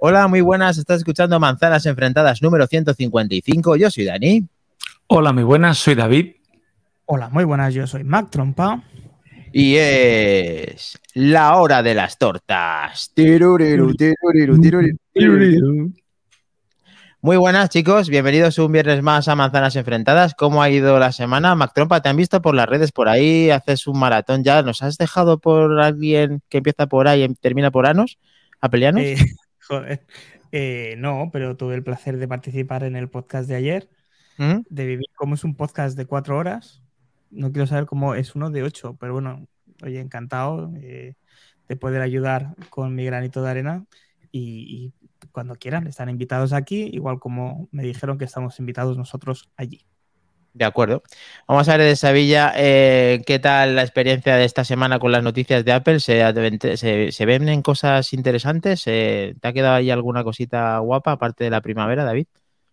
Hola, muy buenas. Estás escuchando Manzanas Enfrentadas número 155. Yo soy Dani. Hola, muy buenas. Soy David. Hola, muy buenas. Yo soy Mac Trompa. Y es la hora de las tortas. Tiruriru, tiruriru, tiruriru, tiruriru. Muy buenas, chicos. Bienvenidos un viernes más a Manzanas Enfrentadas. ¿Cómo ha ido la semana? Mac Trompa, ¿te han visto por las redes por ahí? ¿Haces un maratón ya? ¿Nos has dejado por alguien que empieza por A y termina por Anos? ¿A pelearnos? Joder. No, pero tuve el placer de participar en el podcast de ayer, de vivir como es un podcast de 4 horas. No quiero saber cómo es uno de 8, pero bueno, oye, encantado de poder ayudar con mi granito de arena y cuando quieran, están invitados aquí, igual como me dijeron que estamos invitados nosotros allí. De acuerdo. Vamos a ver de Sevilla qué tal la experiencia de esta semana con las noticias de Apple. ¿Se ven en cosas interesantes? ¿Te ha quedado ahí alguna cosita guapa aparte de la primavera, David?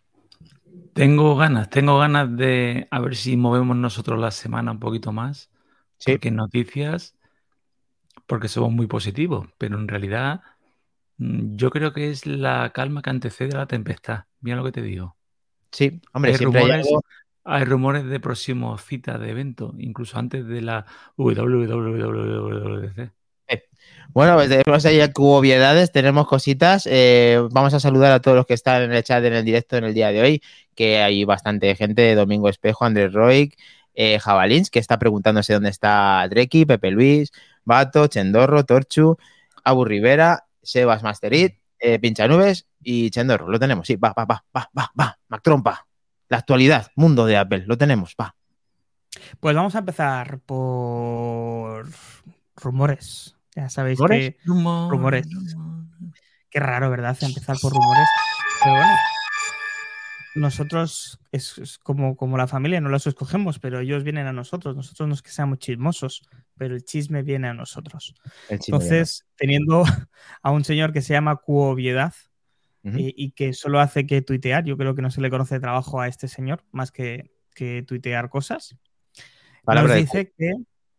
Tengo ganas de a ver si movemos nosotros la semana un poquito más. Sí. Porque en noticias, porque somos muy positivos, pero en realidad yo creo que es la calma que antecede a la tempestad. Mira lo que te digo. Sí, hombre, siempre hay algo... Hay rumores de próximos citas de evento, incluso antes de la WWDC. Bueno, pues tenemos ahí obviedades, tenemos cositas. Vamos a saludar a todos los que están en el chat en el directo en el día de hoy, que hay bastante gente, Domingo Espejo, Andrés Roig, Jabalins, que está preguntándose dónde está Dreki, Pepe Luis, Bato, Chendorro, Torchu, Abu Rivera, Sebas Masterit, Pinchanubes y Chendorro. Lo tenemos, sí, va, Mac Trompa. La actualidad, mundo de Apple, lo tenemos, va. Pues vamos a empezar por rumores. Ya sabéis que rumores. Qué raro, ¿verdad? Empezar por rumores. Pero bueno, nosotros es como la familia, no los escogemos, pero ellos vienen a nosotros. Nosotros no es que seamos chismosos, pero el chisme viene a nosotros. Entonces, teniendo a un señor que se llama Cuobviedad y que solo hace que tuitear, yo creo que no se le conoce trabajo a este señor más que tuitear cosas. Nos dice que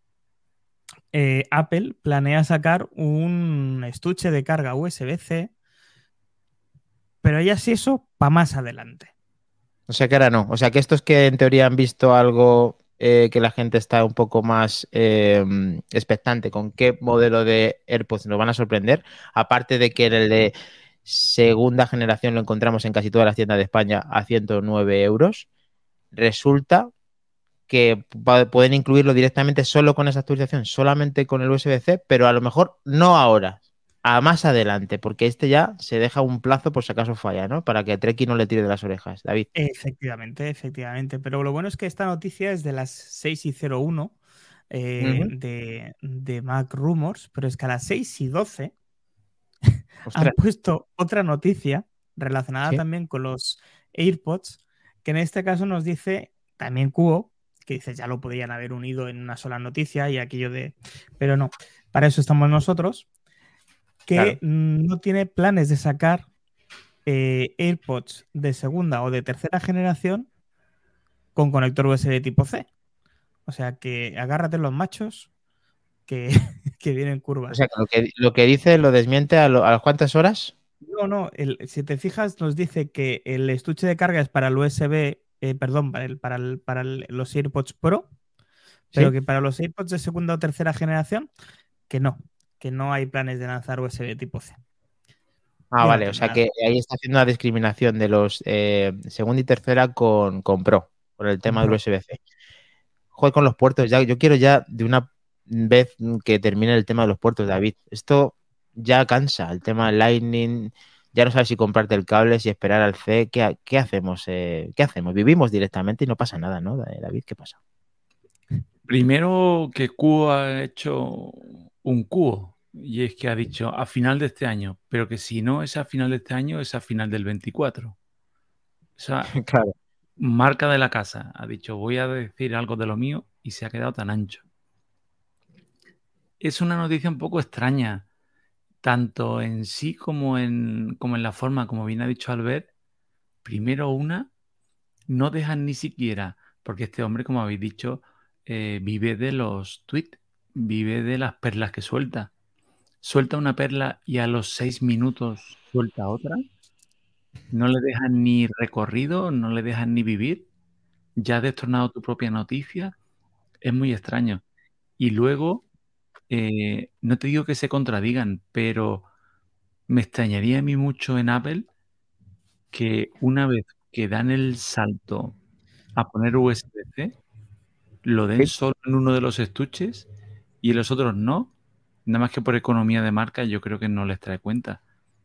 Apple planea sacar un estuche de carga USB-C, pero ya sí eso para más adelante. O sea que ahora no. O sea que estos que en teoría han visto algo que la gente está un poco más expectante con qué modelo de AirPods nos van a sorprender, aparte de que en el de segunda generación lo encontramos en casi todas las tiendas de España a 109 euros, resulta que pueden incluirlo directamente solo con esa actualización, solamente con el USB-C, pero a lo mejor no ahora, a más adelante, porque este ya se deja un plazo por si acaso falla, ¿no? Para que Treki no le tire de las orejas, David. Efectivamente. Pero lo bueno es que esta noticia es de las 6:01 de Mac Rumors, pero es que a las 6:12 han puesto otra noticia relacionada también con los AirPods, que en este caso nos dice también Cuo, que dice ya lo podrían haber unido en una sola noticia y aquello de... Pero no, para eso estamos nosotros, que no tiene planes de sacar AirPods de segunda o de tercera generación con conector USB tipo C. O sea que agárrate los machos que vienen curvas. O sea que lo que dice lo desmiente a las cuántas horas. No, si te fijas nos dice que el estuche de carga es para el USB, para los AirPods Pro, pero que para los AirPods de segunda o tercera generación, que no hay planes de lanzar USB tipo C. Vale, o sea que ahí está haciendo una discriminación de los segunda y tercera con Pro, por el tema del USB-C. Joder, con los puertos, ya, yo quiero ya de una vez que termine el tema de los puertos, David. Esto ya cansa, el tema del Lightning, ya no sabes si comprarte el cable, si esperar al C, ¿qué hacemos? ¿Qué hacemos? Vivimos directamente y no pasa nada, ¿no, David? ¿Qué pasa? Primero que Cuo ha hecho un Cuo, y es que ha dicho a final de este año, pero que si no es a final de este año, es a final del 24. O sea, marca de la casa. Ha dicho, voy a decir algo de lo mío y se ha quedado tan ancho. Es una noticia un poco extraña, tanto en sí como en la forma, como bien ha dicho Albert. Primero no dejan ni siquiera, porque este hombre, como habéis dicho, vive de los tweets, vive de las perlas que suelta. O suelta una perla y a los 6 minutos suelta otra. No le dejan ni recorrido, no le dejan ni vivir. Ya has destornado tu propia noticia. Es muy extraño. Y luego, no te digo que se contradigan, pero me extrañaría a mí mucho en Apple que una vez que dan el salto a poner USB-C, lo den solo en uno de los estuches y en los otros no. Nada más que por economía de marca, yo creo que no les trae cuenta.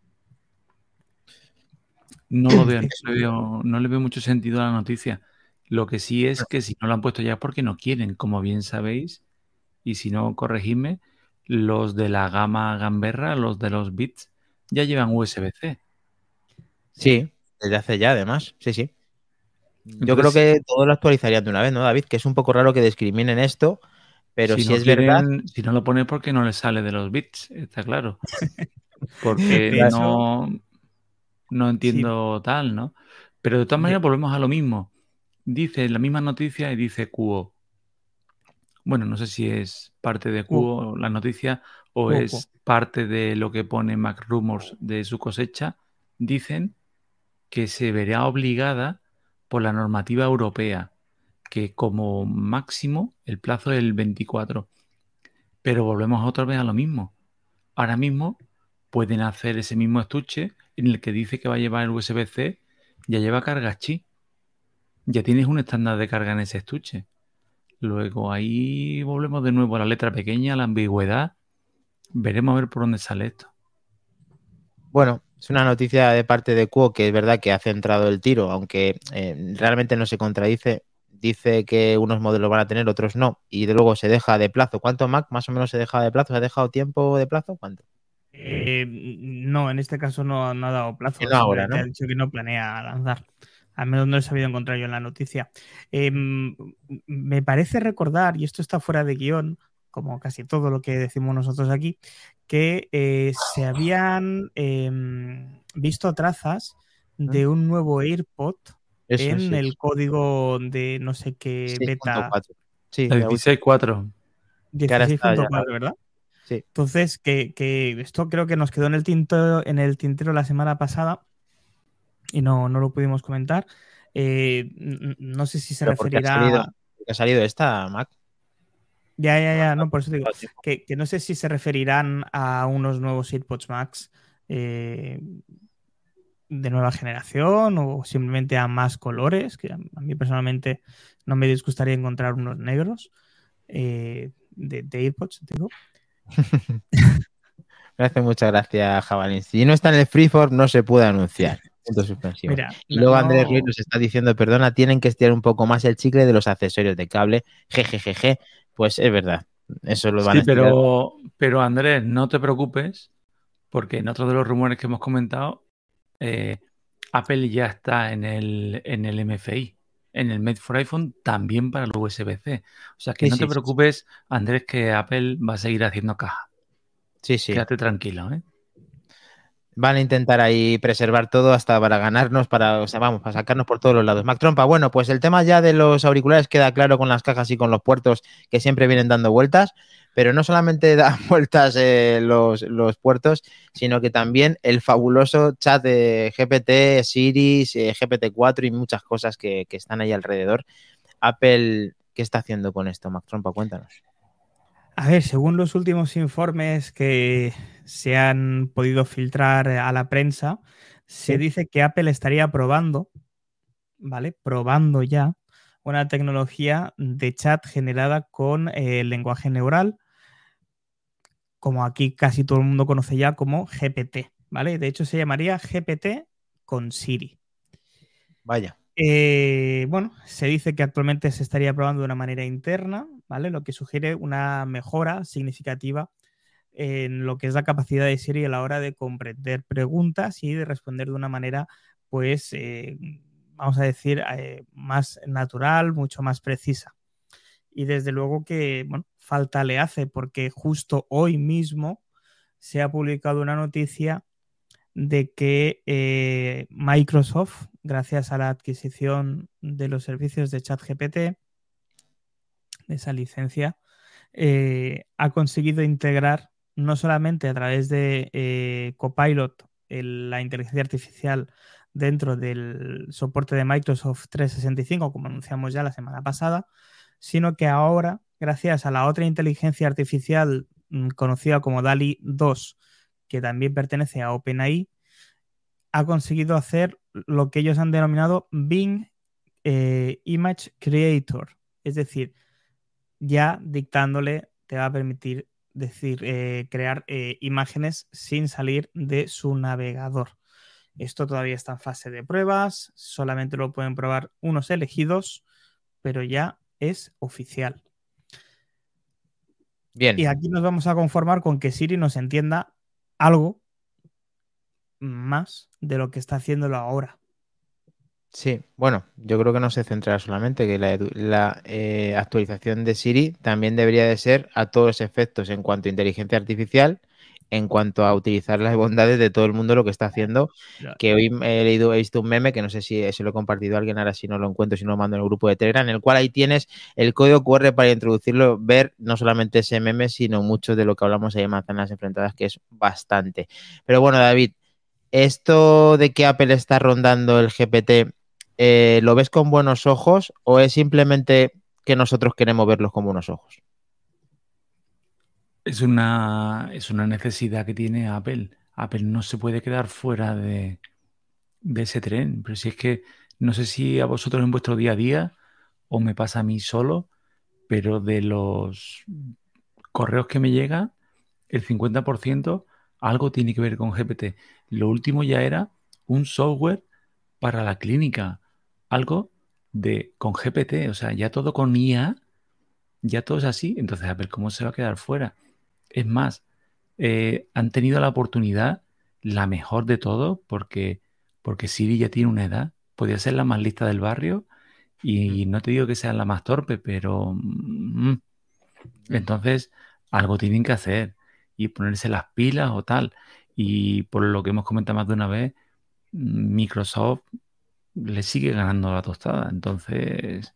No lo veo, no le veo mucho sentido a la noticia. Lo que sí es que si no lo han puesto ya es porque no quieren, como bien sabéis, y si no, corregidme, los de la gama gamberra, los de los Beats, ya llevan USB-C. Sí, desde hace ya, además. Sí, sí. Yo creo Entonces, que todo lo actualizarían de una vez, ¿no, David? Que es un poco raro que discriminen esto, pero si si no es verdad. quieren, si no lo ponen porque no les sale de los Beats, está claro. Porque De hecho, no sí, entiendo tal, ¿no? Pero de todas maneras volvemos a lo mismo. Dice la misma noticia y dice Cuo. Bueno, no sé si es parte de Cuo la noticia o es parte de lo que pone MacRumors de su cosecha. Dicen que se verá obligada por la normativa europea, que como máximo el plazo es el 24. Pero volvemos otra vez a lo mismo. Ahora mismo pueden hacer ese mismo estuche en el que dice que va a llevar el USB-C, ya lleva carga chi. Ya tienes un estándar de carga en ese estuche. Luego ahí volvemos de nuevo a la letra pequeña, a la ambigüedad. Veremos a ver por dónde sale esto. Bueno, es una noticia de parte de Cuo que es verdad que ha centrado el tiro, aunque realmente no se contradice. Dice que unos modelos van a tener, otros no, y de luego se deja de plazo. ¿Cuánto, Mac? Más o menos se deja de plazo. ¿Se ha dejado tiempo de plazo? ¿Cuánto? No, en este caso no ha dado plazo, No ahora, simplemente ¿no? ha dicho que no planea lanzar. Al menos no he sabido encontrar yo en la noticia. Me parece recordar, y esto está fuera de guión, como casi todo lo que decimos nosotros aquí, que se habían visto trazas de un nuevo AirPod Eso en sí. el código de no sé qué beta. 6.4. Sí, La 16.4. 16.4, ¿verdad? Sí. Entonces, que esto creo que nos quedó en el tintero la semana pasada y no lo pudimos comentar. No sé si se Pero ¿por qué referirá. ha salido esta, Mac? Ya, no, por eso digo que no sé si se referirán a unos nuevos AirPods Max de nueva generación o simplemente a más colores, que a mí personalmente no me disgustaría encontrar unos negros de AirPods, digo. Me hace mucha gracia, Jabalín. Si no está en el Freeform, no se puede anunciar. Puntos suspensivos. Mira, Y luego Andrés Ruiz nos está diciendo, perdona, tienen que estirar un poco más el chicle de los accesorios de cable. Jejejeje. Pues es verdad. Eso lo van a Sí, estirar. pero Andrés, no te preocupes, porque en otro de los rumores que hemos comentado, Apple ya está en el MFI, en el Made for iPhone, también para el USB-C. O sea que no te preocupes, Andrés, que Apple va a seguir haciendo caja. Sí. Quédate tranquilo, ¿eh? Van a intentar ahí preservar todo hasta para ganarnos, para sacarnos por todos los lados. Mac Trompa, bueno, pues el tema ya de los auriculares queda claro con las cajas y con los puertos que siempre vienen dando vueltas, pero no solamente dan vueltas los puertos, sino que también el fabuloso chat de GPT, Siri, GPT-4 y muchas cosas que están ahí alrededor. Apple, ¿qué está haciendo con esto, Mac Trompa? Cuéntanos. A ver, según los últimos informes que se han podido filtrar a la prensa, se dice que Apple estaría probando, ¿vale? Probando ya una tecnología de chat generada con lenguaje neural, como aquí casi todo el mundo conoce ya como GPT, ¿vale? De hecho, se llamaría GPT con Siri. Vaya. Bueno, se dice que actualmente se estaría probando de una manera interna, ¿vale? Lo que sugiere una mejora significativa en lo que es la capacidad de Siri a la hora de comprender preguntas y de responder de una manera, pues, vamos a decir, más natural, mucho más precisa. Y desde luego que, bueno, falta le hace, porque justo hoy mismo se ha publicado una noticia de que Microsoft, gracias a la adquisición de los servicios de ChatGPT, de esa licencia, ha conseguido integrar no solamente a través de Copilot, la inteligencia artificial dentro del soporte de Microsoft 365, como anunciamos ya la semana pasada, sino que ahora, gracias a la otra inteligencia artificial conocida como DALL-E 2, que también pertenece a OpenAI, ha conseguido hacer lo que ellos han denominado Bing Image Creator. Es decir, ya dictándole te va a permitir crear imágenes sin salir de su navegador. Esto todavía está en fase de pruebas, solamente lo pueden probar unos elegidos, pero ya es oficial. Bien. Y aquí nos vamos a conformar con que Siri nos entienda algo más de lo que está haciéndolo ahora. Sí, bueno, yo creo que no se centrará solamente, que la actualización de Siri también debería de ser a todos los efectos en cuanto a inteligencia artificial, en cuanto a utilizar las bondades de todo el mundo lo que está haciendo, que hoy he visto un meme, que no sé si se lo he compartido a alguien, ahora si no lo encuentro, si no lo mando en el grupo de Telegram, en el cual ahí tienes el código QR para introducirlo, ver no solamente ese meme, sino mucho de lo que hablamos ahí en Manzanas Enfrentadas, que es bastante. Pero bueno, David, esto de que Apple está rondando el GPT, ¿lo ves con buenos ojos o es simplemente que nosotros queremos verlos con buenos ojos? Es una necesidad que tiene Apple. Apple no se puede quedar fuera de ese tren. Pero si es que no sé si a vosotros en vuestro día a día o me pasa a mí solo, pero de los correos que me llegan, el 50% algo tiene que ver con GPT. Lo último ya era un software para la clínica, algo con GPT, o sea, ya todo con IA, ya todo es así. Entonces, a ver cómo se va a quedar fuera. Es más, han tenido la oportunidad, la mejor de todo, porque Siri ya tiene una edad, podría ser la más lista del barrio y no te digo que sea la más torpe, pero entonces algo tienen que hacer y ponerse las pilas o tal. Y por lo que hemos comentado más de una vez, Microsoft le sigue ganando la tostada. Entonces,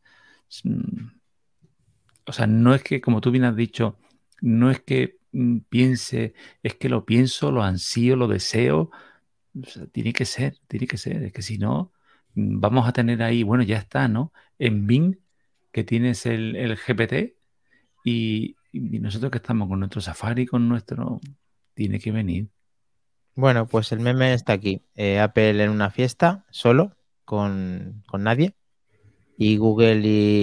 o sea, no es que, como tú bien has dicho, no es que piense, es que lo pienso, lo ansío, lo deseo. O sea, tiene que ser, es que si no, vamos a tener ahí, bueno, ya está, ¿no? En Bing, que tienes el GPT, y nosotros que estamos con nuestro Safari, con nuestro, tiene que venir. Bueno, pues el meme está aquí. Apple en una fiesta, solo, con nadie. Y Google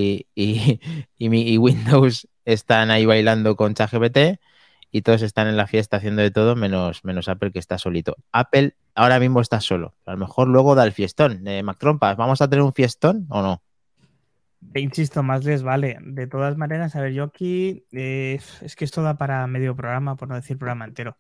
y Windows están ahí bailando con ChatGPT y todos están en la fiesta haciendo de todo, menos Apple, que está solito. Apple ahora mismo está solo. A lo mejor luego da el fiestón. Mac Trompas, ¿vamos a tener un fiestón o no? Te insisto, más les vale. De todas maneras, a ver, yo aquí es que esto da para medio programa, por no decir programa entero.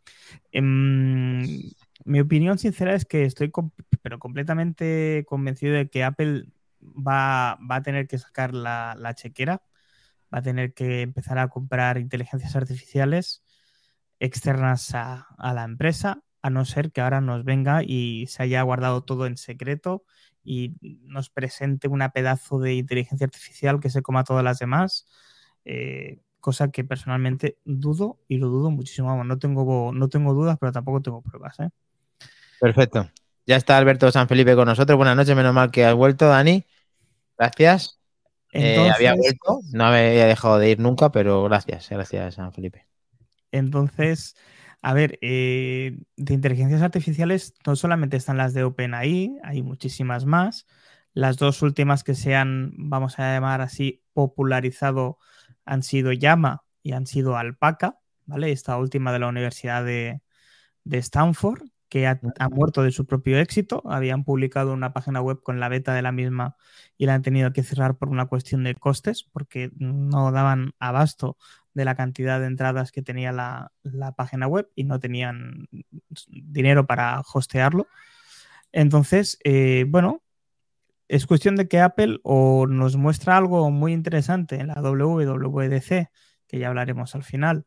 Mi opinión sincera es que estoy pero completamente convencido de que Apple va a tener que sacar la chequera, va a tener que empezar a comprar inteligencias artificiales externas a la empresa, a no ser que ahora nos venga y se haya guardado todo en secreto y nos presente una pedazo de inteligencia artificial que se coma a todas las demás, cosa que personalmente dudo y lo dudo muchísimo. Vamos, no tengo dudas, pero tampoco tengo pruebas. Perfecto. Ya está Alberto Sanfelipe con nosotros. Buenas noches, menos mal que has vuelto, Dani. Gracias. Entonces, había vuelto, no había dejado de ir nunca, pero gracias, Sanfelipe. Entonces, a ver, de inteligencias artificiales no solamente están las de OpenAI, hay muchísimas más. Las dos últimas que se han, vamos a llamar así, popularizado han sido Llama y han sido Alpaca, ¿vale? Esta última de la Universidad de Stanford, que ha muerto de su propio éxito. Habían publicado una página web con la beta de la misma y la han tenido que cerrar por una cuestión de costes, porque no daban abasto de la cantidad de entradas que tenía la página web y no tenían dinero para hostearlo. Entonces, bueno, es cuestión de que Apple o nos muestra algo muy interesante en la WWDC, que ya hablaremos al final,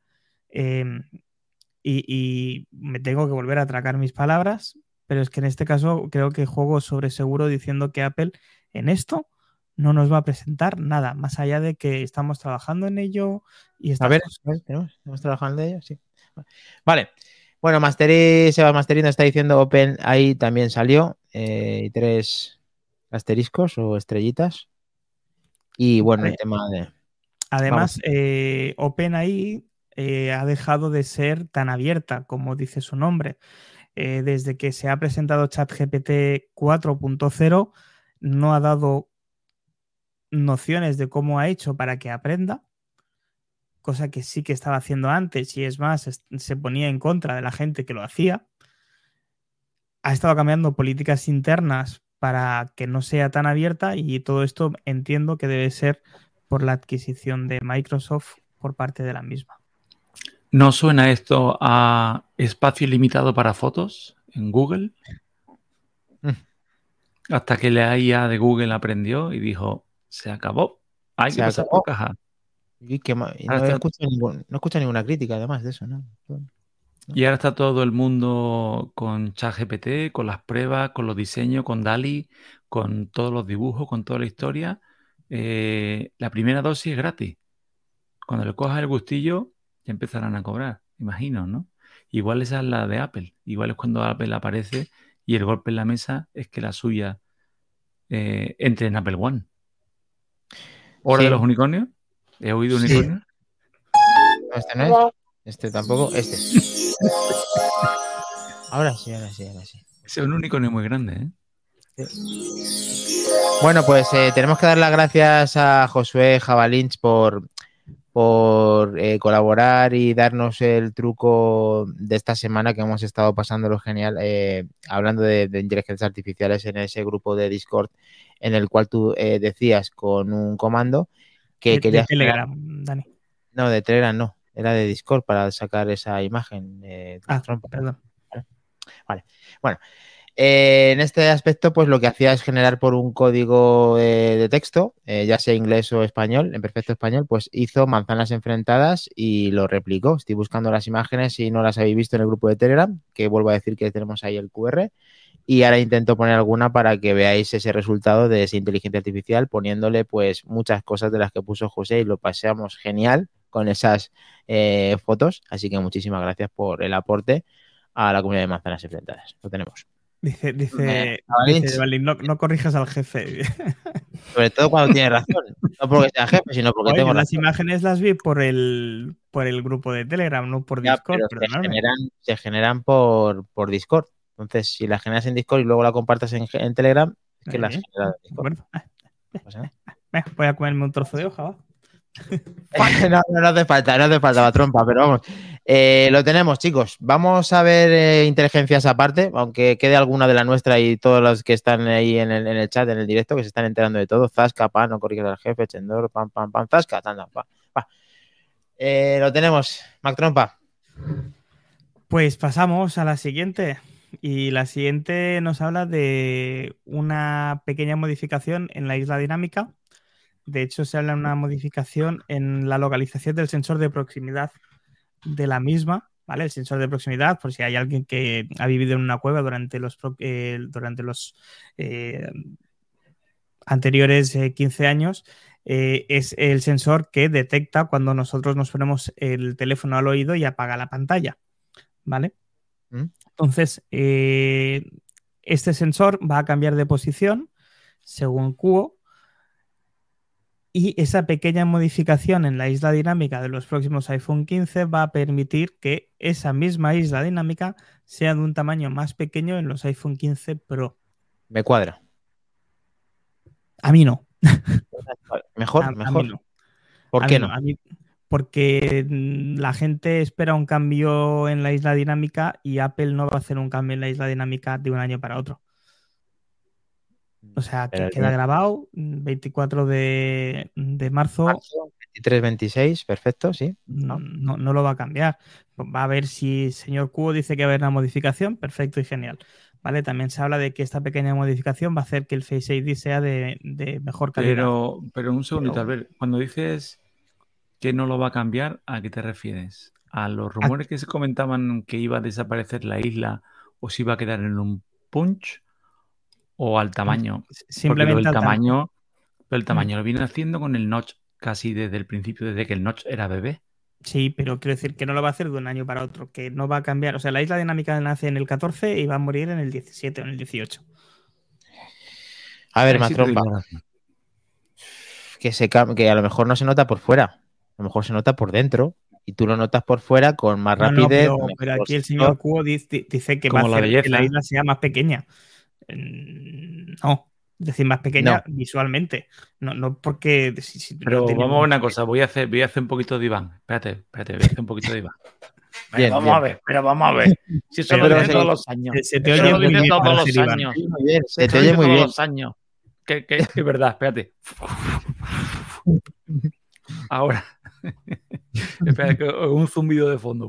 y me tengo que volver a atracar mis palabras, pero es que en este caso creo que juego sobre seguro diciendo que Apple en esto no nos va a presentar nada, más allá de que estamos trabajando en ello y a ver, ¿estamos trabajando en ello? Sí. Vale. Bueno, Sebas Mastery nos está diciendo Open ahí también salió. 3 asteriscos o estrellitas. Y bueno, el tema de... Además, OpenAI ha dejado de ser tan abierta como dice su nombre. Desde que se ha presentado ChatGPT 4.0 no ha dado nociones de cómo ha hecho para que aprenda, cosa que sí que estaba haciendo antes y es más, se ponía en contra de la gente que lo hacía. Ha estado cambiando políticas internas para que no sea tan abierta y todo esto entiendo que debe ser por la adquisición de Microsoft por parte de la misma. ¿No suena esto a espacio ilimitado para fotos en Google? Hasta que la IA de Google aprendió y dijo, se acabó, hay que pasar por caja. Y no escucha ninguna crítica además de eso, ¿no? Y ahora está todo el mundo con ChatGPT, con las pruebas, con los diseños, con DALL-E, con todos los dibujos, con toda la historia. La primera dosis es gratis. Cuando le cojas el gustillo, ya empezarán a cobrar, imagino, ¿no? Igual esa es la de Apple. Igual es cuando Apple aparece y el golpe en la mesa es que la suya entre en Apple One. ¿Hora de los unicornios? ¿He oído unicornios? No, este no es. Este tampoco. Este. Ahora sí. Es un unicornio muy grande, ¿eh? Bueno, pues tenemos que dar las gracias a Josué Jabalinch por colaborar y darnos el truco de esta semana que hemos estado pasándolo genial hablando de inteligencias artificiales en ese grupo de Discord en el cual tú decías con un comando que querías... De Telegram, Dani. No, de Telegram no, era de Discord para sacar esa imagen. Perdón. Vale, bueno. En este aspecto, pues lo que hacía es generar por un código de texto, ya sea inglés o español, en perfecto español, pues hizo manzanas enfrentadas y lo replicó. Estoy buscando las imágenes si no las habéis visto en el grupo de Telegram, que vuelvo a decir que tenemos ahí el QR. Y ahora intento poner alguna para que veáis ese resultado de esa inteligencia artificial, poniéndole pues muchas cosas de las que puso José y lo paseamos genial con esas fotos. Así que muchísimas gracias por el aporte a la comunidad de manzanas enfrentadas. Lo tenemos. Dice no corrijas al jefe. Sobre todo cuando tiene razón. No porque sea jefe, sino porque tengo razón. Las imágenes las vi por el grupo de Telegram, no por Discord. Pero se generan por Discord. Entonces, si las generas en Discord y luego la compartas en Telegram, es que las generas en Discord. Voy a comerme un trozo de hoja, ¿va? No hace falta, trompa, pero vamos. Lo tenemos, chicos. Vamos a ver inteligencias aparte, aunque quede alguna de la nuestra y todos los que están ahí en el chat, en el directo, que se están enterando de todo. Zasca, pa, no corriges al jefe, Chendor, pam, zasca, tanda, pa. Lo tenemos, Mac Trompa. Pues pasamos a la siguiente. Y la siguiente nos habla de una pequeña modificación en la isla dinámica. De hecho, se habla de una modificación en la localización del sensor de proximidad de la misma, ¿vale? El sensor de proximidad, por si hay alguien que ha vivido en una cueva durante los anteriores 15 años, es el sensor que detecta cuando nosotros nos ponemos el teléfono al oído y apaga la pantalla, ¿vale? Entonces, este sensor va a cambiar de posición según Kuo. Y esa pequeña modificación en la isla dinámica de los próximos iPhone 15 va a permitir que esa misma isla dinámica sea de un tamaño más pequeño en los iPhone 15 Pro. Me cuadra. A mí no. Mejor. A mí no. ¿Por qué no? Porque la gente espera un cambio en la isla dinámica y Apple no va a hacer un cambio en la isla dinámica de un año para otro. O sea, que queda grabado 24 de marzo. 23-26, perfecto, sí. No lo va a cambiar. Va a ver si el señor Kuo dice que va a haber una modificación, perfecto y genial. ¿Vale? También se habla de que esta pequeña modificación va a hacer que el Face ID sea de mejor calidad. Pero un segundito, Albert, cuando dices que no lo va a cambiar, ¿a qué te refieres? ¿A los rumores que se comentaban que iba a desaparecer la isla o se iba a quedar en un punch? ¿O al tamaño? Simplemente al tamaño. Pero el tamaño lo viene haciendo con el notch casi desde el principio, desde que el notch era bebé. Sí, pero quiero decir que no lo va a hacer de un año para otro, que no va a cambiar. O sea, la isla dinámica nace en el 14 y va a morir en el 17 o en el 18. A ver, Ahí sí te doy Matromba, la razón. que a lo mejor no se nota por fuera, a lo mejor se nota por dentro. Y tú lo notas por fuera con más No, rapidez. pero aquí el Sensor. señor Kuo dice que va a Como la hacer que la belleza. isla sea más pequeña. No, es decir, más pequeña No. visualmente. No porque. Pero no tiene vamos a ver una ningún cosa, voy a hacer un poquito de Iván. Espérate, voy a hacer un poquito de Iván. Bien, Vamos bien. a ver, pero vamos a ver. Si eso Pero lo te dice oye- todos los años. se te Eso oye lo muy dice bien para todos ser los Iván. años. Muy bien, se Eso te lo oye dice muy todos bien. los años. Que es verdad, espérate. Ahora. Espera, que un zumbido de fondo.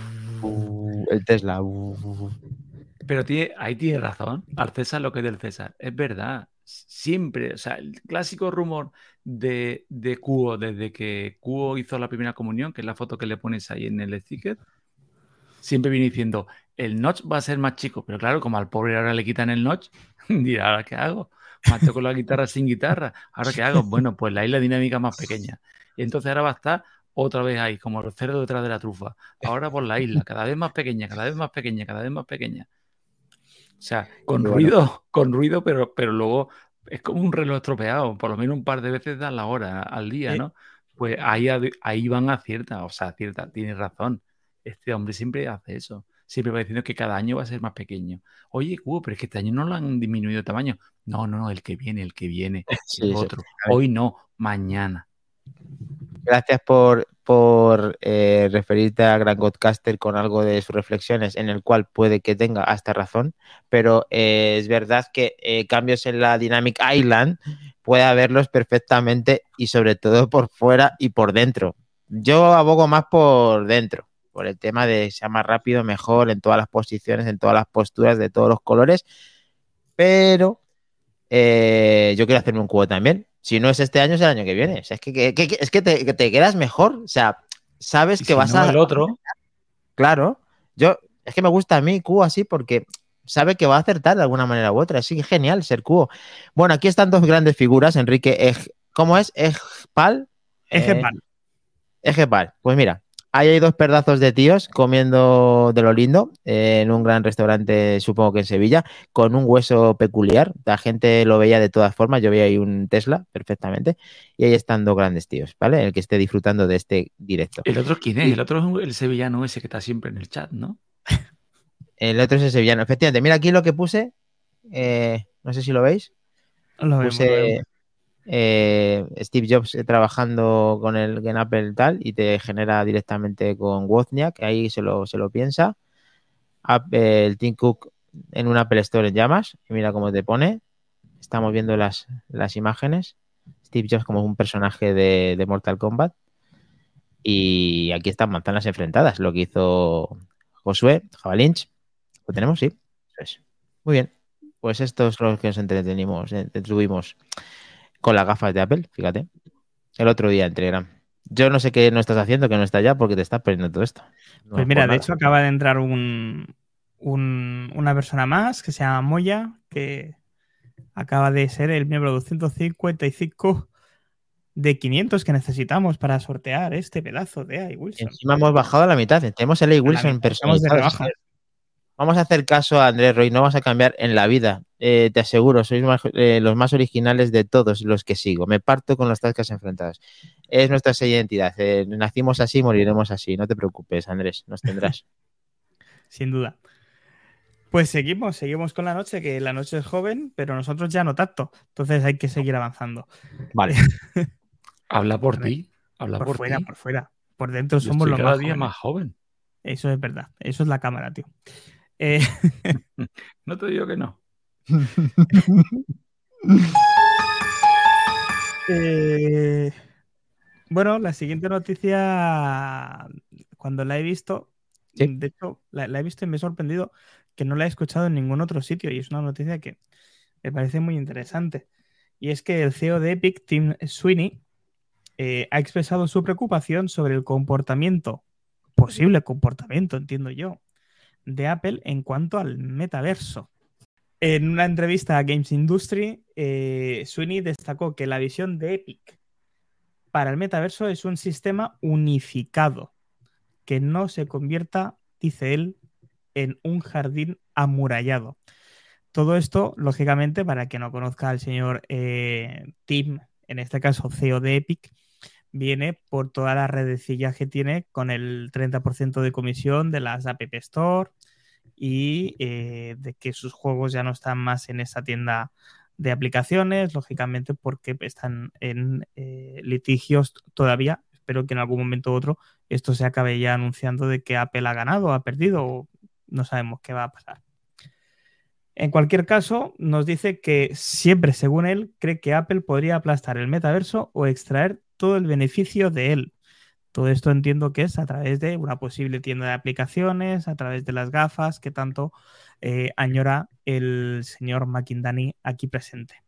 El Tesla. Pero ahí tiene razón. Al César lo que es del César. Es verdad. Siempre. O sea, el clásico rumor de Kuo, desde que Kuo hizo la primera comunión, que es la foto que le pones ahí en el sticker, siempre viene diciendo, el notch va a ser más chico. Pero claro, como al pobre ahora le quitan el notch, dirá, ¿ahora qué hago? Mato con la guitarra sin guitarra. ¿Ahora qué hago? Bueno, pues la isla dinámica más pequeña. Y entonces ahora va a estar otra vez ahí, como el cerdo detrás de la trufa. Ahora por la isla, cada vez más pequeña, cada vez más pequeña, cada vez más pequeña. O sea, con ruido, pero luego es como un reloj estropeado. Por lo menos un par de veces dan la hora al día, ¿no? Pues ahí van a cierta, o sea, cierta, tienes razón. Este hombre siempre hace eso. Siempre va diciendo que cada año va a ser más pequeño. Oye, pero es que este año no lo han disminuido de tamaño. No, el que viene, Sí, el otro. Hoy no, mañana. Gracias por referirte a Gran Godcaster con algo de sus reflexiones, en el cual puede que tenga hasta razón, pero es verdad que cambios en la Dynamic Island puede haberlos perfectamente y sobre todo por fuera y por dentro. Yo abogo más por dentro, por el tema de sea más rápido, mejor en todas las posiciones, en todas las posturas, de todos los colores, pero yo quiero hacerme un cubo también. Si no es este año, es el año que viene. O sea, es que te quedas mejor. O sea, sabes Y que si vas no, a. el otro. Claro. Es que me gusta a mí cubo así porque sabe que va a acertar de alguna manera u otra. Así que genial ser cubo. Bueno, aquí están dos grandes figuras. Enrique, ¿cómo es? Ejpal. Ejemplar. Ejemplar. Pues mira, ahí hay dos pedazos de tíos comiendo de lo lindo en un gran restaurante, supongo que en Sevilla, con un hueso peculiar. La gente lo veía de todas formas. Yo veía ahí un Tesla perfectamente. Y ahí están dos grandes tíos, ¿vale? El que esté disfrutando de este directo. ¿El otro quién es? El otro es el sevillano ese que está siempre en el chat, ¿no? El otro es el sevillano. Efectivamente, mira aquí lo que puse. No sé si lo veis. Lo vemos. Puse Steve Jobs trabajando con en Apple tal y te genera directamente con Wozniak, ahí se lo piensa. El Tim Cook en un Apple Store en llamas, y mira cómo te pone. Estamos viendo las imágenes. Steve Jobs como un personaje de Mortal Kombat. Y aquí están manzanas enfrentadas, lo que hizo Josué Javalinch. ¿Lo tenemos? Sí. Eso es. Muy bien. Pues esto es lo que nos entretuvimos con las gafas de Apple, fíjate. El otro día en Telegram. Yo no sé qué no estás haciendo, que no está ya, porque te estás perdiendo todo esto. No, Pues mira, por de nada. hecho acaba de entrar una persona más que se llama Moya, que acaba de ser el miembro 255 de 500 que necesitamos para sortear este pedazo de A.I. Wilson. Encima hemos bajado a la mitad. Tenemos el A.I. Wilson Estamos de personalizado. rebaja. Vamos a hacer caso a Andrés Roy, no vas a cambiar en la vida. Te aseguro, sois los más originales de todos los que sigo. Me parto con las tascas enfrentadas. Es nuestra sello de identidad. Nacimos así, moriremos así. No te preocupes, Andrés, nos tendrás. Sin duda. Pues seguimos con la noche, que la noche es joven, pero nosotros ya no tanto. Entonces hay que seguir avanzando. Vale. Habla por ti. Habla por fuera, ti. por fuera. Por dentro Yo somos estoy los cada más día jóvenes. más joven. Eso es verdad. Eso es la cámara, tío. No te digo que no. Bueno, la siguiente noticia, cuando la he visto, ¿Sí? de hecho, la he visto y me he sorprendido que no la he escuchado en ningún otro sitio, y es una noticia que me parece muy interesante. Y es que el CEO de Epic, Tim Sweeney, ha expresado su preocupación sobre el posible comportamiento, entiendo yo, de Apple en cuanto al metaverso. En una entrevista a Games Industry, Sweeney destacó que la visión de Epic para el metaverso es un sistema unificado que no se convierta, dice él, en un jardín amurallado. Todo esto, lógicamente, para quien no conozca al señor Tim, en este caso CEO de Epic, viene por toda la redecilla que tiene con el 30% de comisión de las App Store y de que sus juegos ya no están más en esa tienda de aplicaciones, lógicamente porque están en litigios todavía. Espero que en algún momento u otro esto se acabe ya anunciando de que Apple ha ganado, ha perdido, o no sabemos qué va a pasar. En cualquier caso, nos dice que siempre, según él, cree que Apple podría aplastar el metaverso o extraer todo el beneficio de él. Todo esto entiendo que es a través de una posible tienda de aplicaciones, a través de las gafas que tanto añora el señor McInerney aquí presente.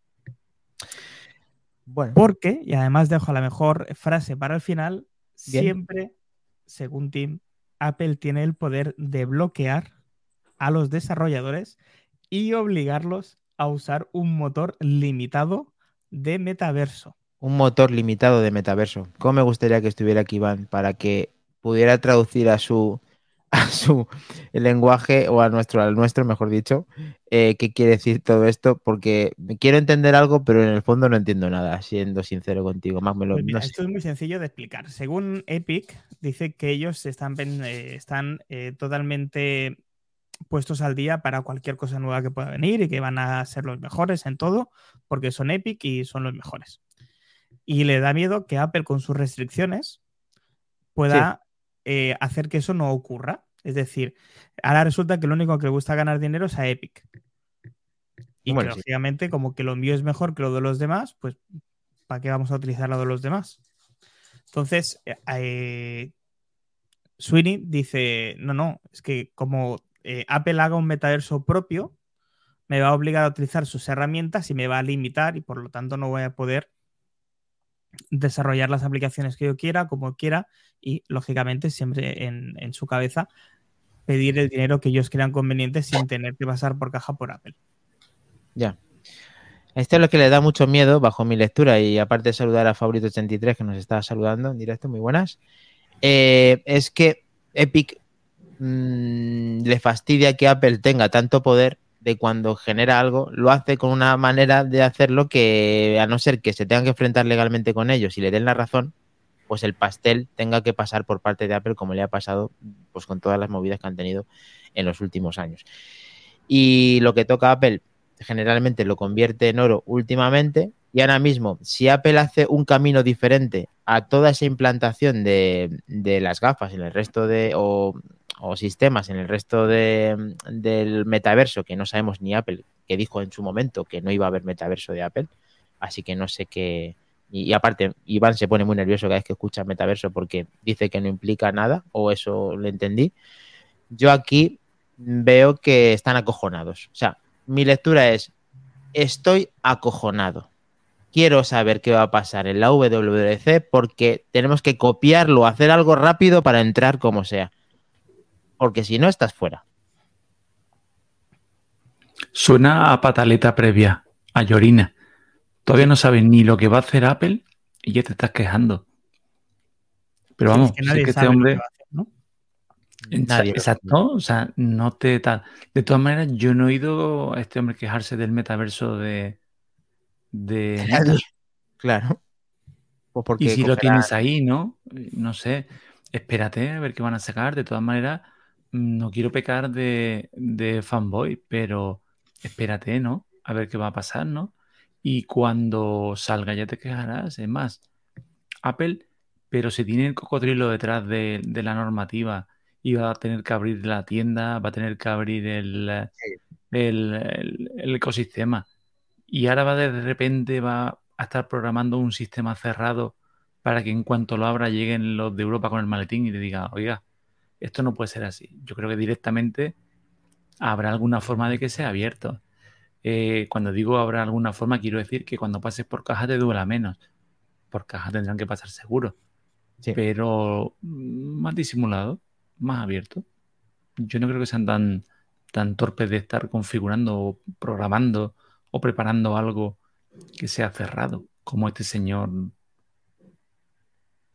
Bueno. Porque, y además dejo la mejor frase para el final, bien, siempre, según Tim, Apple tiene el poder de bloquear a los desarrolladores y obligarlos a usar un motor limitado de metaverso. Un motor limitado de metaverso. ¿Cómo me gustaría que estuviera aquí Iván para que pudiera traducir a su lenguaje, o al nuestro, mejor dicho, qué quiere decir todo esto? Porque quiero entender algo, pero en el fondo no entiendo nada, siendo sincero contigo. Más me lo, pues mira, no sé. Esto es muy sencillo de explicar. Según Epic, dice que ellos están totalmente puestos al día para cualquier cosa nueva que pueda venir y que van a ser los mejores en todo, porque son Epic y son los mejores. Y le da miedo que Apple, con sus restricciones, pueda hacer que eso no ocurra. Es decir, ahora resulta que lo único que le gusta ganar dinero es a Epic. Y bueno, que lógicamente, como que lo mío es mejor que lo de los demás, pues ¿para qué vamos a utilizar lo de los demás? Entonces, Sweeney dice, no, es que como Apple haga un metaverso propio, me va a obligar a utilizar sus herramientas y me va a limitar, y por lo tanto no voy a poder desarrollar las aplicaciones que yo quiera, como quiera, y lógicamente siempre en su cabeza pedir el dinero que ellos crean conveniente sin tener que pasar por caja por Apple. Ya. Esto es lo que le da mucho miedo, bajo mi lectura, y aparte de saludar a Favorito83, que nos está saludando en directo, muy buenas, es que Epic le fastidia que Apple tenga tanto poder de cuando genera algo, lo hace con una manera de hacerlo que, a no ser que se tengan que enfrentar legalmente con ellos y le den la razón, pues el pastel tenga que pasar por parte de Apple, como le ha pasado pues con todas las movidas que han tenido en los últimos años. Y lo que toca a Apple generalmente lo convierte en oro últimamente, y ahora mismo, si Apple hace un camino diferente a toda esa implantación de las gafas en el resto de o sistemas en el resto del metaverso, que no sabemos ni Apple, que dijo en su momento que no iba a haber metaverso de Apple, así que no sé qué. Y aparte, Iván se pone muy nervioso cada vez que escucha metaverso porque dice que no implica nada, o eso lo entendí. Yo aquí veo que están acojonados. O sea, mi lectura es, estoy acojonado. Quiero saber qué va a pasar en la WWDC porque tenemos que copiarlo, hacer algo rápido para entrar como sea. Porque si no, estás fuera. Suena a pataleta previa, a llorina. Todavía no sabes ni lo que va a hacer Apple y ya te estás quejando. Pero vamos, es que nadie sé que sabe este hombre... lo que va a hacer, ¿no? Nadie. Exacto, o sea, no te tal. De todas maneras, yo no he oído a este hombre quejarse del metaverso de Meta. Claro. Pues porque y si lo tienes ahí, ¿no? No sé, espérate a ver qué van a sacar. De todas maneras, no quiero pecar de fanboy, pero espérate, ¿no? A ver qué va a pasar, ¿no? Y cuando salga ya te quejarás. Es más, Apple, pero si tiene el cocodrilo detrás de la normativa y va a tener que abrir la tienda, va a tener que abrir el ecosistema. Y ahora de repente va a estar programando un sistema cerrado para que en cuanto lo abra lleguen los de Europa con el maletín y te diga, oiga, esto no puede ser así. Yo creo que directamente habrá alguna forma de que sea abierto. Cuando digo habrá alguna forma, quiero decir que cuando pases por caja te duela menos. Por caja tendrán que pasar seguro. Sí. Pero más disimulado, más abierto. Yo no creo que sean tan torpes de estar configurando o programando o preparando algo que sea cerrado, como este señor.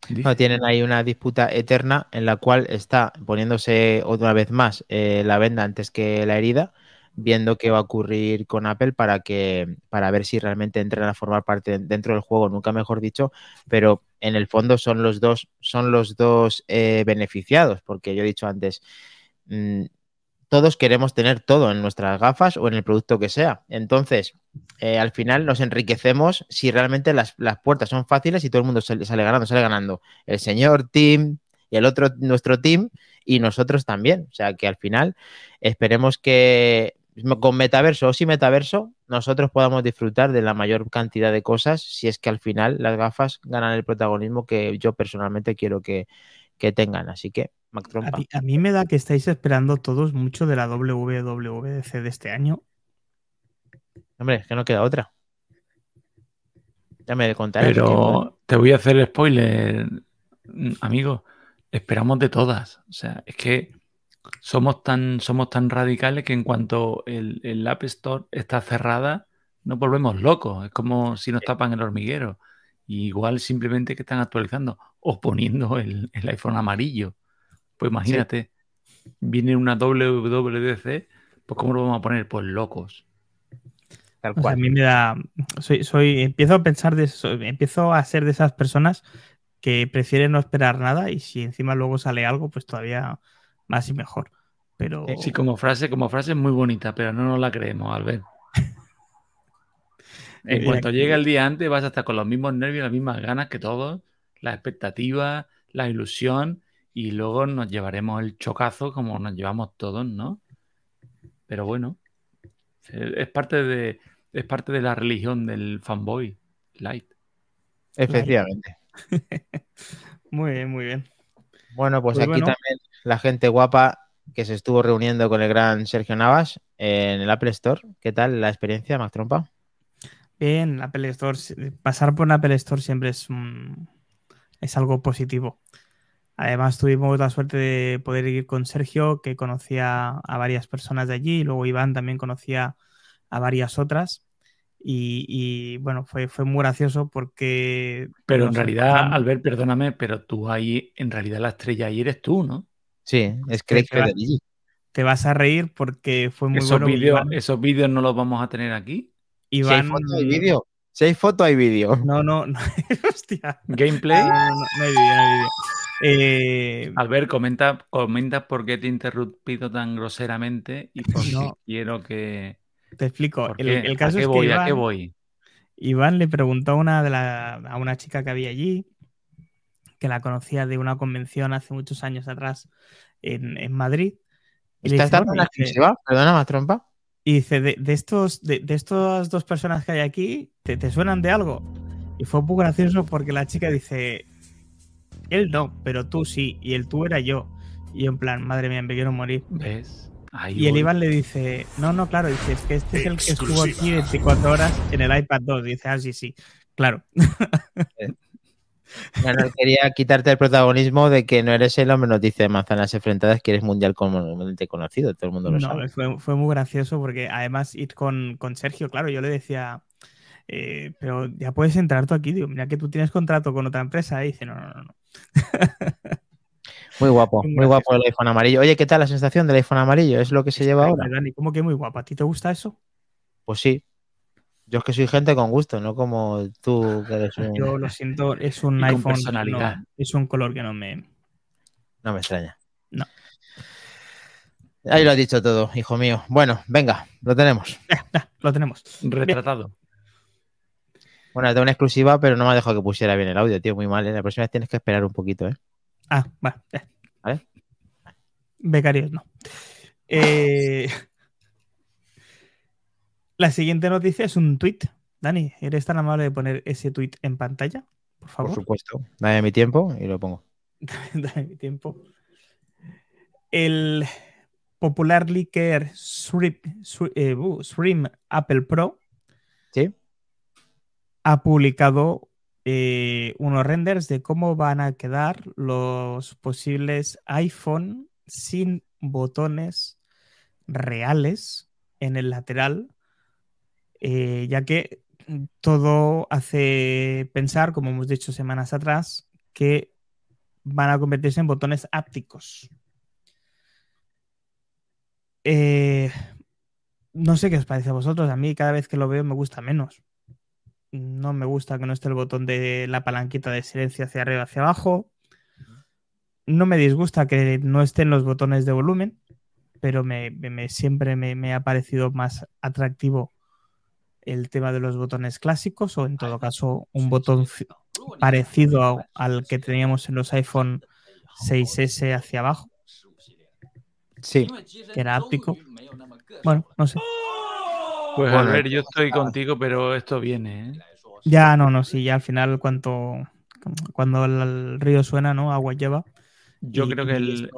No, tienen ahí una disputa eterna en la cual está poniéndose otra vez más la venda antes que la herida, viendo qué va a ocurrir con Apple para ver si realmente entran a formar parte dentro del juego, nunca mejor dicho, pero en el fondo son los dos beneficiados, porque yo he dicho antes, todos queremos tener todo en nuestras gafas o en el producto que sea. Entonces, al final nos enriquecemos si realmente las puertas son fáciles y todo el mundo sale ganando. El señor Tim y el otro, nuestro team, y nosotros también. O sea, que al final esperemos que con metaverso o sin metaverso nosotros podamos disfrutar de la mayor cantidad de cosas si es que al final las gafas ganan el protagonismo que yo personalmente quiero que tengan. Así que, Mac Trompa. A mí me da que estáis esperando todos mucho de la WWDC de este año. Hombre, es que no queda otra. Ya me contarás. Pero te voy a hacer el spoiler, amigo. Esperamos de todas. O sea, es que somos tan radicales que en cuanto el App Store está cerrada, nos volvemos locos. Es como si nos tapan el hormiguero. Y igual simplemente que están actualizando o poniendo el iPhone amarillo. Pues imagínate, viene una WWDC, pues ¿cómo lo vamos a poner? Pues locos. Tal cual. O sea, a mí me da... empiezo a pensar empiezo a ser de esas personas que prefieren no esperar nada y si encima luego sale algo, pues todavía más y mejor. Pero... Sí, como frase es muy bonita, pero no nos la creemos, Albert. En cuanto llegue el día antes, vas a estar con los mismos nervios, las mismas ganas que todos, las expectativas, la ilusión, y luego nos llevaremos el chocazo como nos llevamos todos, ¿no? Pero bueno, es parte de la religión del fanboy light. Efectivamente. Muy bien, muy bien. Bueno, pues aquí también la gente guapa que se estuvo reuniendo con el gran Sergio Navas en el Apple Store. ¿Qué tal la experiencia, Mac Trompa? Bien, Apple Store, pasar por un Apple Store siempre es algo positivo. Además, tuvimos la suerte de poder ir con Sergio, que conocía a varias personas de allí, y luego Iván también conocía a varias otras. Y bueno, fue muy gracioso porque... Pero en realidad, Albert, perdóname, pero tú ahí, en realidad la estrella ahí eres tú, ¿no? Sí, es Craig Federighi. Te vas a reír porque fue muy bueno. Iván, ¿Esos vídeos no los vamos a tener aquí? Iván... Si hay foto, hay vídeo. Si hay foto, hay vídeo. No. Hostia. ¿Gameplay? No hay vídeo. Albert, comenta por qué te he interrumpido tan groseramente y por qué quiero que... Te explico. El ¿A caso qué es voy? que ¿A qué voy? Iván le preguntó a una chica que había allí, que la conocía de una convención hace muchos años atrás en Madrid. Y ¿Estás dando una exclusiva? Perdona, Mac Trompa. Y dice, de estas dos personas que hay aquí, ¿te suenan de algo? Y fue un poco gracioso porque la chica dice, él no, pero tú sí, y el tú era yo. Y yo en plan, madre mía, me quiero morir. ¿Ves? Y el Iván le dice, no, claro, dice, es que este es el que estuvo aquí 24 horas en el iPad 2. Y dice, sí, claro. No quería quitarte el protagonismo de que no eres el hombre noticia de manzanas enfrentadas, que eres mundialmente conocido, todo el mundo lo sabe. Fue muy gracioso porque además ir con Sergio, claro, yo le decía, pero ya puedes entrar tú aquí, digo, mira que tú tienes contrato con otra empresa. Y dice, no. Muy guapo el iPhone amarillo. Oye, ¿qué tal la sensación del iPhone amarillo? ¿Es lo que se lleva ahora? Dani, ¿cómo que muy guapo? ¿A ti te gusta eso? Pues sí. Yo es que soy gente con gusto, no como tú que eres un... Yo lo siento, es un iPhone con personalidad. No, es un color que no me extraña. No. Ahí lo has dicho todo, hijo mío. Bueno, venga, lo tenemos. Lo tenemos. Retratado. Bien. Bueno, tengo una exclusiva, pero no me ha dejado que pusiera bien el audio, tío. Muy mal, ¿eh? La próxima vez tienes que esperar un poquito, ¿eh? Vale. ¿Vale? Becarios, no. La siguiente noticia es un tuit. Dani, ¿eres tan amable de poner ese tuit en pantalla? Por favor. Por supuesto. Dame mi tiempo y lo pongo. Dame mi tiempo. El popular leaker Srim Apple Pro, ¿sí?, ha publicado unos renders de cómo van a quedar los posibles iPhone sin botones reales en el lateral, ya que todo hace pensar, como hemos dicho semanas atrás, que van a convertirse en botones ápticos. No sé qué os parece a vosotros. A mí cada vez que lo veo me gusta menos. No me gusta que no esté el botón de la palanquita de silencio hacia arriba, hacia abajo. No me disgusta que no estén los botones de volumen, pero siempre me ha parecido más atractivo el tema de los botones clásicos, o en todo caso un botón parecido al que teníamos en los iPhone 6S hacia abajo. Sí. Que era áptico. Bueno, no sé. Pues bueno, Albert, yo estoy contigo, pero esto viene, ¿eh? Ya, no, sí, ya al final cuando el río suena, ¿no? Agua lleva. Yo creo que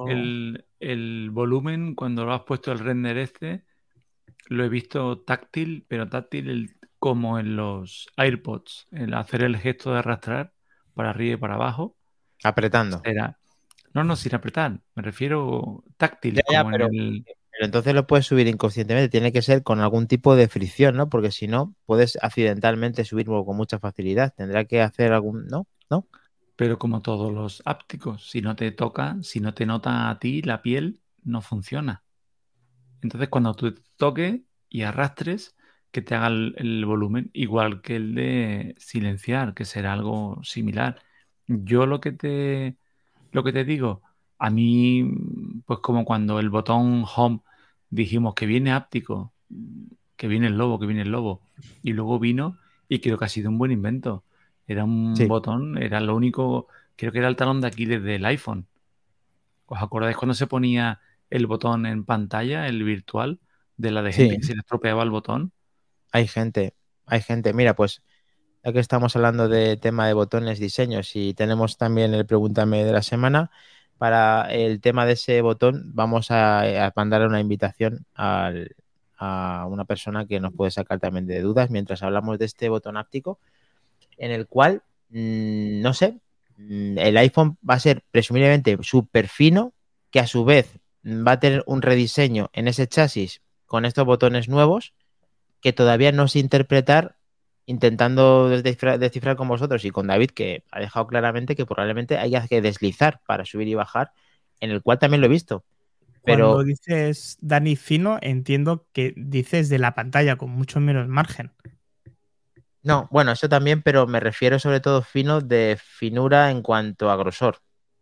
el volumen, cuando lo has puesto el render lo he visto táctil, pero táctil como en los AirPods, el hacer el gesto de arrastrar para arriba y para abajo. Apretando. No, sin apretar, me refiero táctil. Ya, pero entonces lo puedes subir inconscientemente, tiene que ser con algún tipo de fricción, ¿no? Porque si no, puedes accidentalmente subirlo con mucha facilidad. Tendrá que hacer algún... ¿No? Pero como todos los ápticos, si no te toca, si no te nota a ti la piel, no funciona. Entonces cuando tú toques y arrastres, que te haga el volumen, igual que el de silenciar, que será algo similar. Yo lo que te digo, a mí, pues como cuando el botón Home dijimos que viene áptico, que viene el lobo, y luego vino y creo que ha sido un buen invento. Era un botón, era lo único, creo que era el talón de Aquiles del iPhone. ¿Os acordáis cuando se ponía el botón en pantalla, el virtual, de la de gente que se le estropeaba el botón? Hay gente. Mira, pues ya que estamos hablando de tema de botones, diseños, y tenemos también el Pregúntame de la semana, para el tema de ese botón vamos a mandar una invitación a una persona que nos puede sacar también de dudas mientras hablamos de este botón áptico, en el cual, no sé, el iPhone va a ser presumiblemente súper fino, que a su vez va a tener un rediseño en ese chasis con estos botones nuevos que todavía no sé interpretar, intentando descifrar con vosotros y con David, que ha dejado claramente que probablemente haya que deslizar para subir y bajar, en el cual también lo he visto. Pero cuando dices Dani fino, entiendo que dices de la pantalla con mucho menos margen. No, bueno, eso también, pero me refiero sobre todo fino de finura en cuanto a grosor.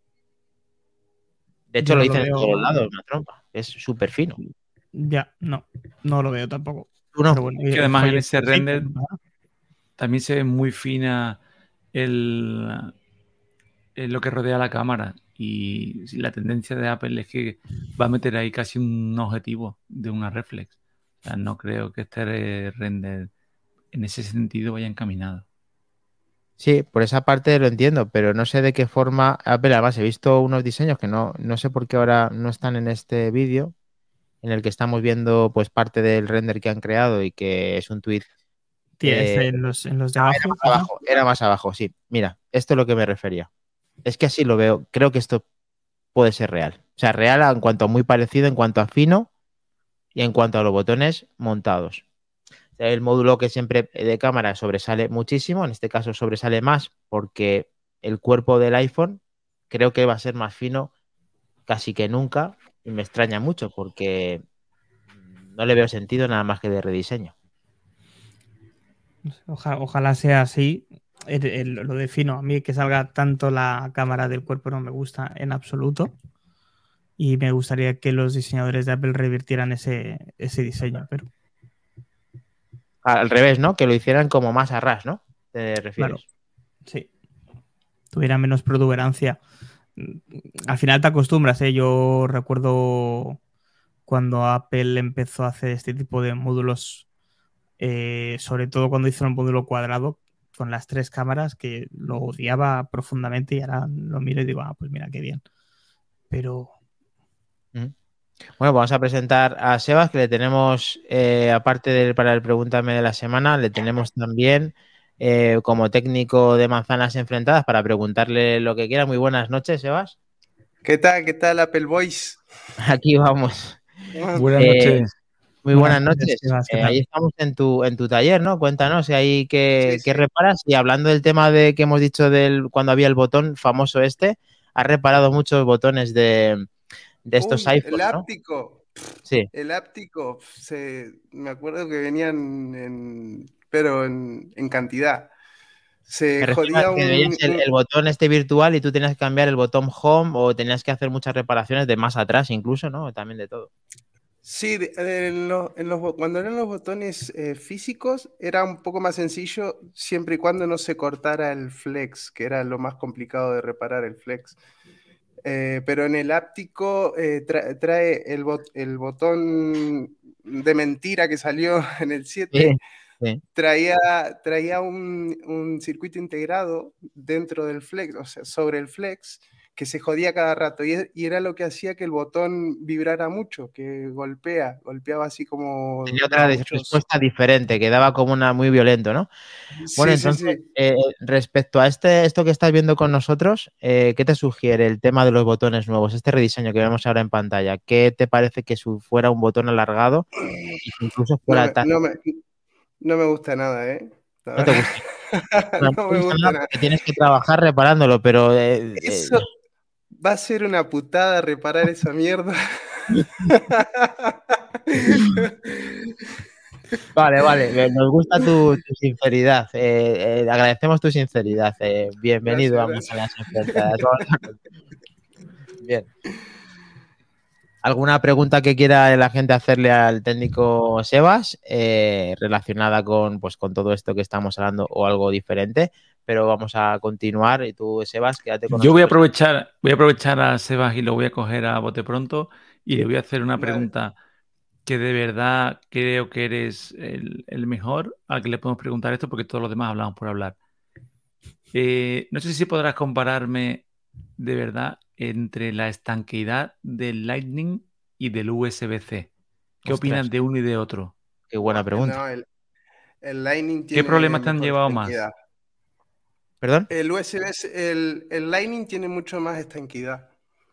De hecho, lo dicen en todos los lados, una trompa. Es súper fino. Ya, no lo veo tampoco. ¿Tú no? Pero bueno, es que además en ese render también se ve muy fina lo que rodea la cámara. Y la tendencia de Apple es que va a meter ahí casi un objetivo de una reflex. O sea, no creo que este render en ese sentido vaya encaminado. Sí, por esa parte lo entiendo, pero no sé de qué forma. Apple, además, he visto unos diseños que no sé por qué ahora no están en este vídeo, en el que estamos viendo pues parte del render que han creado y que es un tweet. En los de abajo. Era más abajo, sí. Mira, esto es lo que me refería. Es que así lo veo. Creo que esto puede ser real. O sea, real en cuanto a muy parecido, en cuanto a fino y en cuanto a los botones montados. El módulo que siempre de cámara sobresale muchísimo, en este caso sobresale más porque el cuerpo del iPhone creo que va a ser más fino casi que nunca y me extraña mucho porque no le veo sentido nada más que de rediseño. Ojalá sea así. Lo de fino, a mí que salga tanto la cámara del cuerpo no me gusta en absoluto. Y me gustaría que los diseñadores de Apple revirtieran ese diseño, pero... Al revés, ¿no? Que lo hicieran como más a ras, ¿no? ¿Te refieres? Claro. Sí. Tuviera menos protuberancia. Al final te acostumbras, ¿eh? Yo recuerdo cuando Apple empezó a hacer este tipo de módulos, sobre todo cuando hizo un módulo cuadrado con las 3 cámaras, que lo odiaba profundamente y ahora lo miro y digo, pues mira, qué bien. Pero... Bueno, vamos a presentar a Sebas, que le tenemos, aparte para el Pregúntame de la semana, le tenemos también como técnico de manzanas enfrentadas para preguntarle lo que quiera. Muy buenas noches, Sebas. ¿Qué tal, Apple Boys? Aquí vamos. Buenas noches. Muy buenas noches. Sebas, ahí estamos en tu taller, ¿no? Cuéntanos ahí qué reparas. Y hablando del tema de que hemos dicho cuando había el botón famoso este, has reparado muchos botones de estos iPhones, el ¿no? áptico. Sí. El áptico, me acuerdo que venían pero en cantidad. Se jodía que veías el botón virtual y tú tenías que cambiar el botón home o tenías que hacer muchas reparaciones de más atrás incluso, ¿no? También de todo. Sí, cuando eran los botones físicos era un poco más sencillo siempre y cuando no se cortara el flex, que era lo más complicado de reparar el flex. Pero en el áptico trae el botón de mentira que salió en el 7. Sí. Traía un circuito integrado dentro del flex, o sea, sobre el flex, que se jodía cada rato y era lo que hacía que el botón vibrara mucho, que golpeaba así como... Tenía otra respuesta diferente, quedaba como una muy violento, ¿no? Bueno, sí, entonces, respecto a esto que estás viendo con nosotros, ¿qué te sugiere el tema de los botones nuevos, este rediseño que vemos ahora en pantalla? ¿Qué te parece que fuera un botón alargado y que incluso fuera no me gusta nada, ¿eh? No te gusta. No me gusta nada. Porque tienes que trabajar reparándolo, pero... Eso va a ser una putada reparar esa mierda. Vale. Nos gusta tu sinceridad. Agradecemos tu sinceridad. Bienvenido gracias. A las enfrentadas. Bien. ¿Alguna pregunta que quiera la gente hacerle al técnico Sebas relacionada con todo esto que estamos hablando o algo diferente? Pero vamos a continuar y tú, Sebas, quédate con nosotros. Yo voy a aprovechar a Sebas y lo voy a coger a bote pronto y le voy a hacer una pregunta que de verdad creo que eres el mejor al que le podemos preguntar esto porque todos los demás hablamos por hablar. No sé si podrás compararme de verdad entre la estanqueidad del Lightning y del USB-C. ¿Qué opinas de uno y de otro? Qué buena pregunta. No, el Lightning tiene... ¿Qué problemas te han llevado más? ¿Perdón? El USB-C, el Lightning tiene mucho más estanquidad.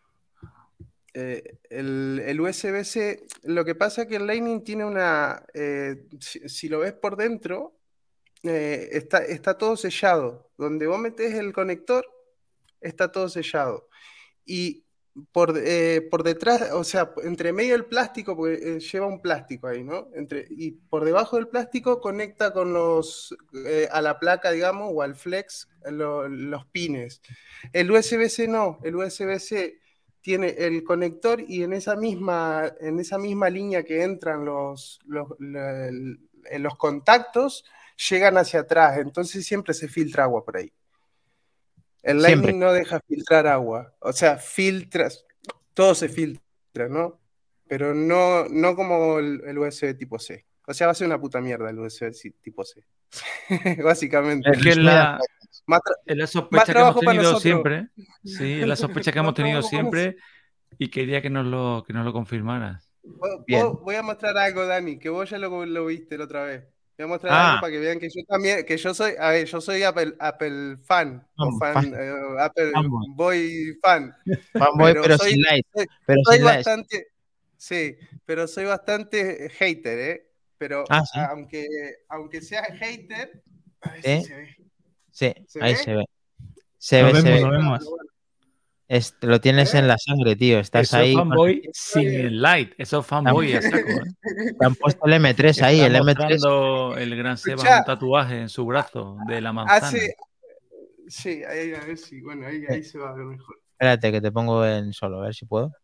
El USB-C, lo que pasa es que el Lightning tiene una... si lo ves por dentro, está todo sellado. Donde vos metés el conector, está todo sellado. Y por detrás, o sea, entre medio del plástico, porque lleva un plástico ahí, ¿no? Y por debajo del plástico conecta con a la placa, digamos, o al flex, los pines. El USB-C no, el USB-C tiene el conector y en esa misma línea que entran los contactos, llegan hacia atrás, entonces siempre se filtra agua por ahí. El Lightning no deja filtrar agua, o sea, todo se filtra, ¿no? Pero no como el USB tipo C. O sea, va a ser una puta mierda el USB tipo C. Básicamente. Es que es la sospecha que hemos tenido siempre. Sí, es la sospecha que hemos tenido siempre y quería que nos lo confirmaras. Voy a mostrar algo, Dani, que vos ya lo viste la otra vez. Voy a mostrar algo para que vean que yo también, que yo soy Apple fan, Apple Boy fan. Fanboy, pero sin light. Soy bastante, sí, pero soy bastante hater, ¿eh? Pero ¿sí? aunque sea hater, a ver si se ve. Sí, ahí se ve. Lo vemos. Lo tienes en la sangre, tío. Estás eso ahí. Eso fanboy sin el light. Eso fanboy a saco, ¿eh? Te han puesto el M3 ahí. Está el mostrando el gran Sebas un tatuaje en su brazo de la manzana. Sí, ahí a ver si. Bueno, ahí se va a ver mejor. Espérate, que te pongo en solo, a ver si puedo.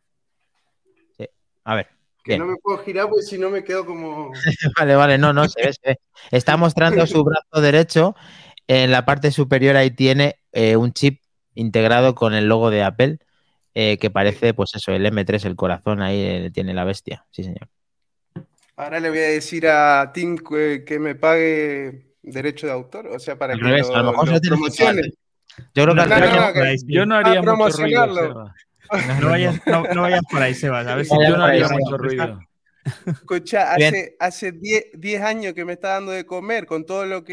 Sí, a ver. Que bien. No me puedo girar porque si no me quedo como... Vale, no, se ve. Está mostrando su brazo derecho. En la parte superior ahí tiene un chip integrado con el logo de Apple, que parece, pues eso, el M3, el corazón ahí tiene la bestia. Sí, señor. Ahora le voy a decir a Tim que me pague derecho de autor, o sea, para que a lo mejor lo promocione. Yo creo que yo no haría mucho ruido, no vayas por ahí, Sebas. A ver si yo no haría mucho ruido. Escucha, hace 10 años que me está dando de comer con todo lo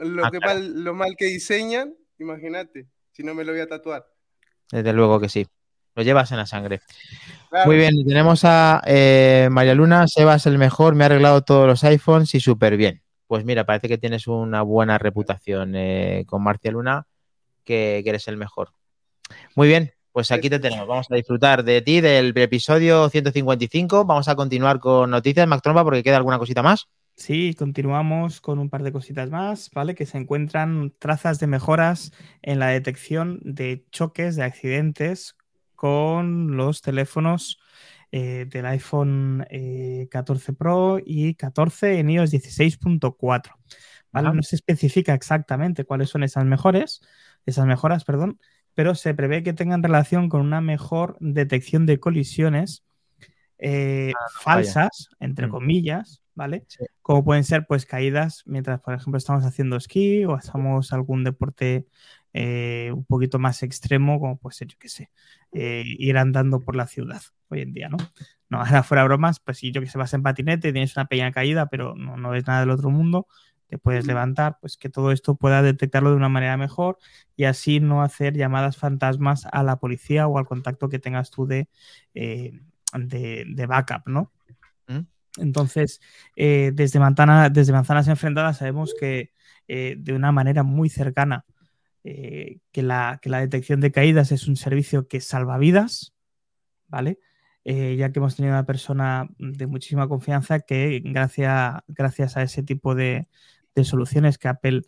mal que diseñan, imagínate, si no me lo voy a tatuar. Desde luego que sí, lo llevas en la sangre. Claro. Muy bien, tenemos a María Luna. Sebas el mejor, me ha arreglado todos los iPhones y súper bien. Pues mira, parece que tienes una buena reputación con Marcia Luna, que eres el mejor. Muy bien, pues aquí te tenemos. Vamos a disfrutar de ti, del episodio 155. Vamos a continuar con noticias, Mac Trompa, porque queda alguna cosita más. Sí, continuamos con un par de cositas más, ¿vale? Que se encuentran trazas de mejoras en la detección de choques, de accidentes con los teléfonos del iPhone 14 Pro y 14 en iOS 16.4. ¿Vale? No se especifica exactamente cuáles son esas mejoras, perdón, pero se prevé que tengan relación con una mejor detección de colisiones falsas, entre comillas, ¿vale? Sí. Como pueden ser pues caídas mientras, por ejemplo, estamos haciendo esquí o hacemos algún deporte un poquito más extremo, como puede ser, yo qué sé, ir andando por la ciudad hoy en día, ¿no? No, ahora fuera bromas, pues si yo que sé, vas en patinete, tienes una pequeña caída, pero no ves nada del otro mundo, te puedes levantar, pues que todo esto pueda detectarlo de una manera mejor y así no hacer llamadas fantasmas a la policía o al contacto que tengas tú de backup, ¿no? Entonces, desde Manzanas Enfrentadas sabemos que de una manera muy cercana que la detección de caídas es un servicio que salva vidas, ¿vale? Ya que hemos tenido una persona de muchísima confianza que gracias a ese tipo de soluciones que Apple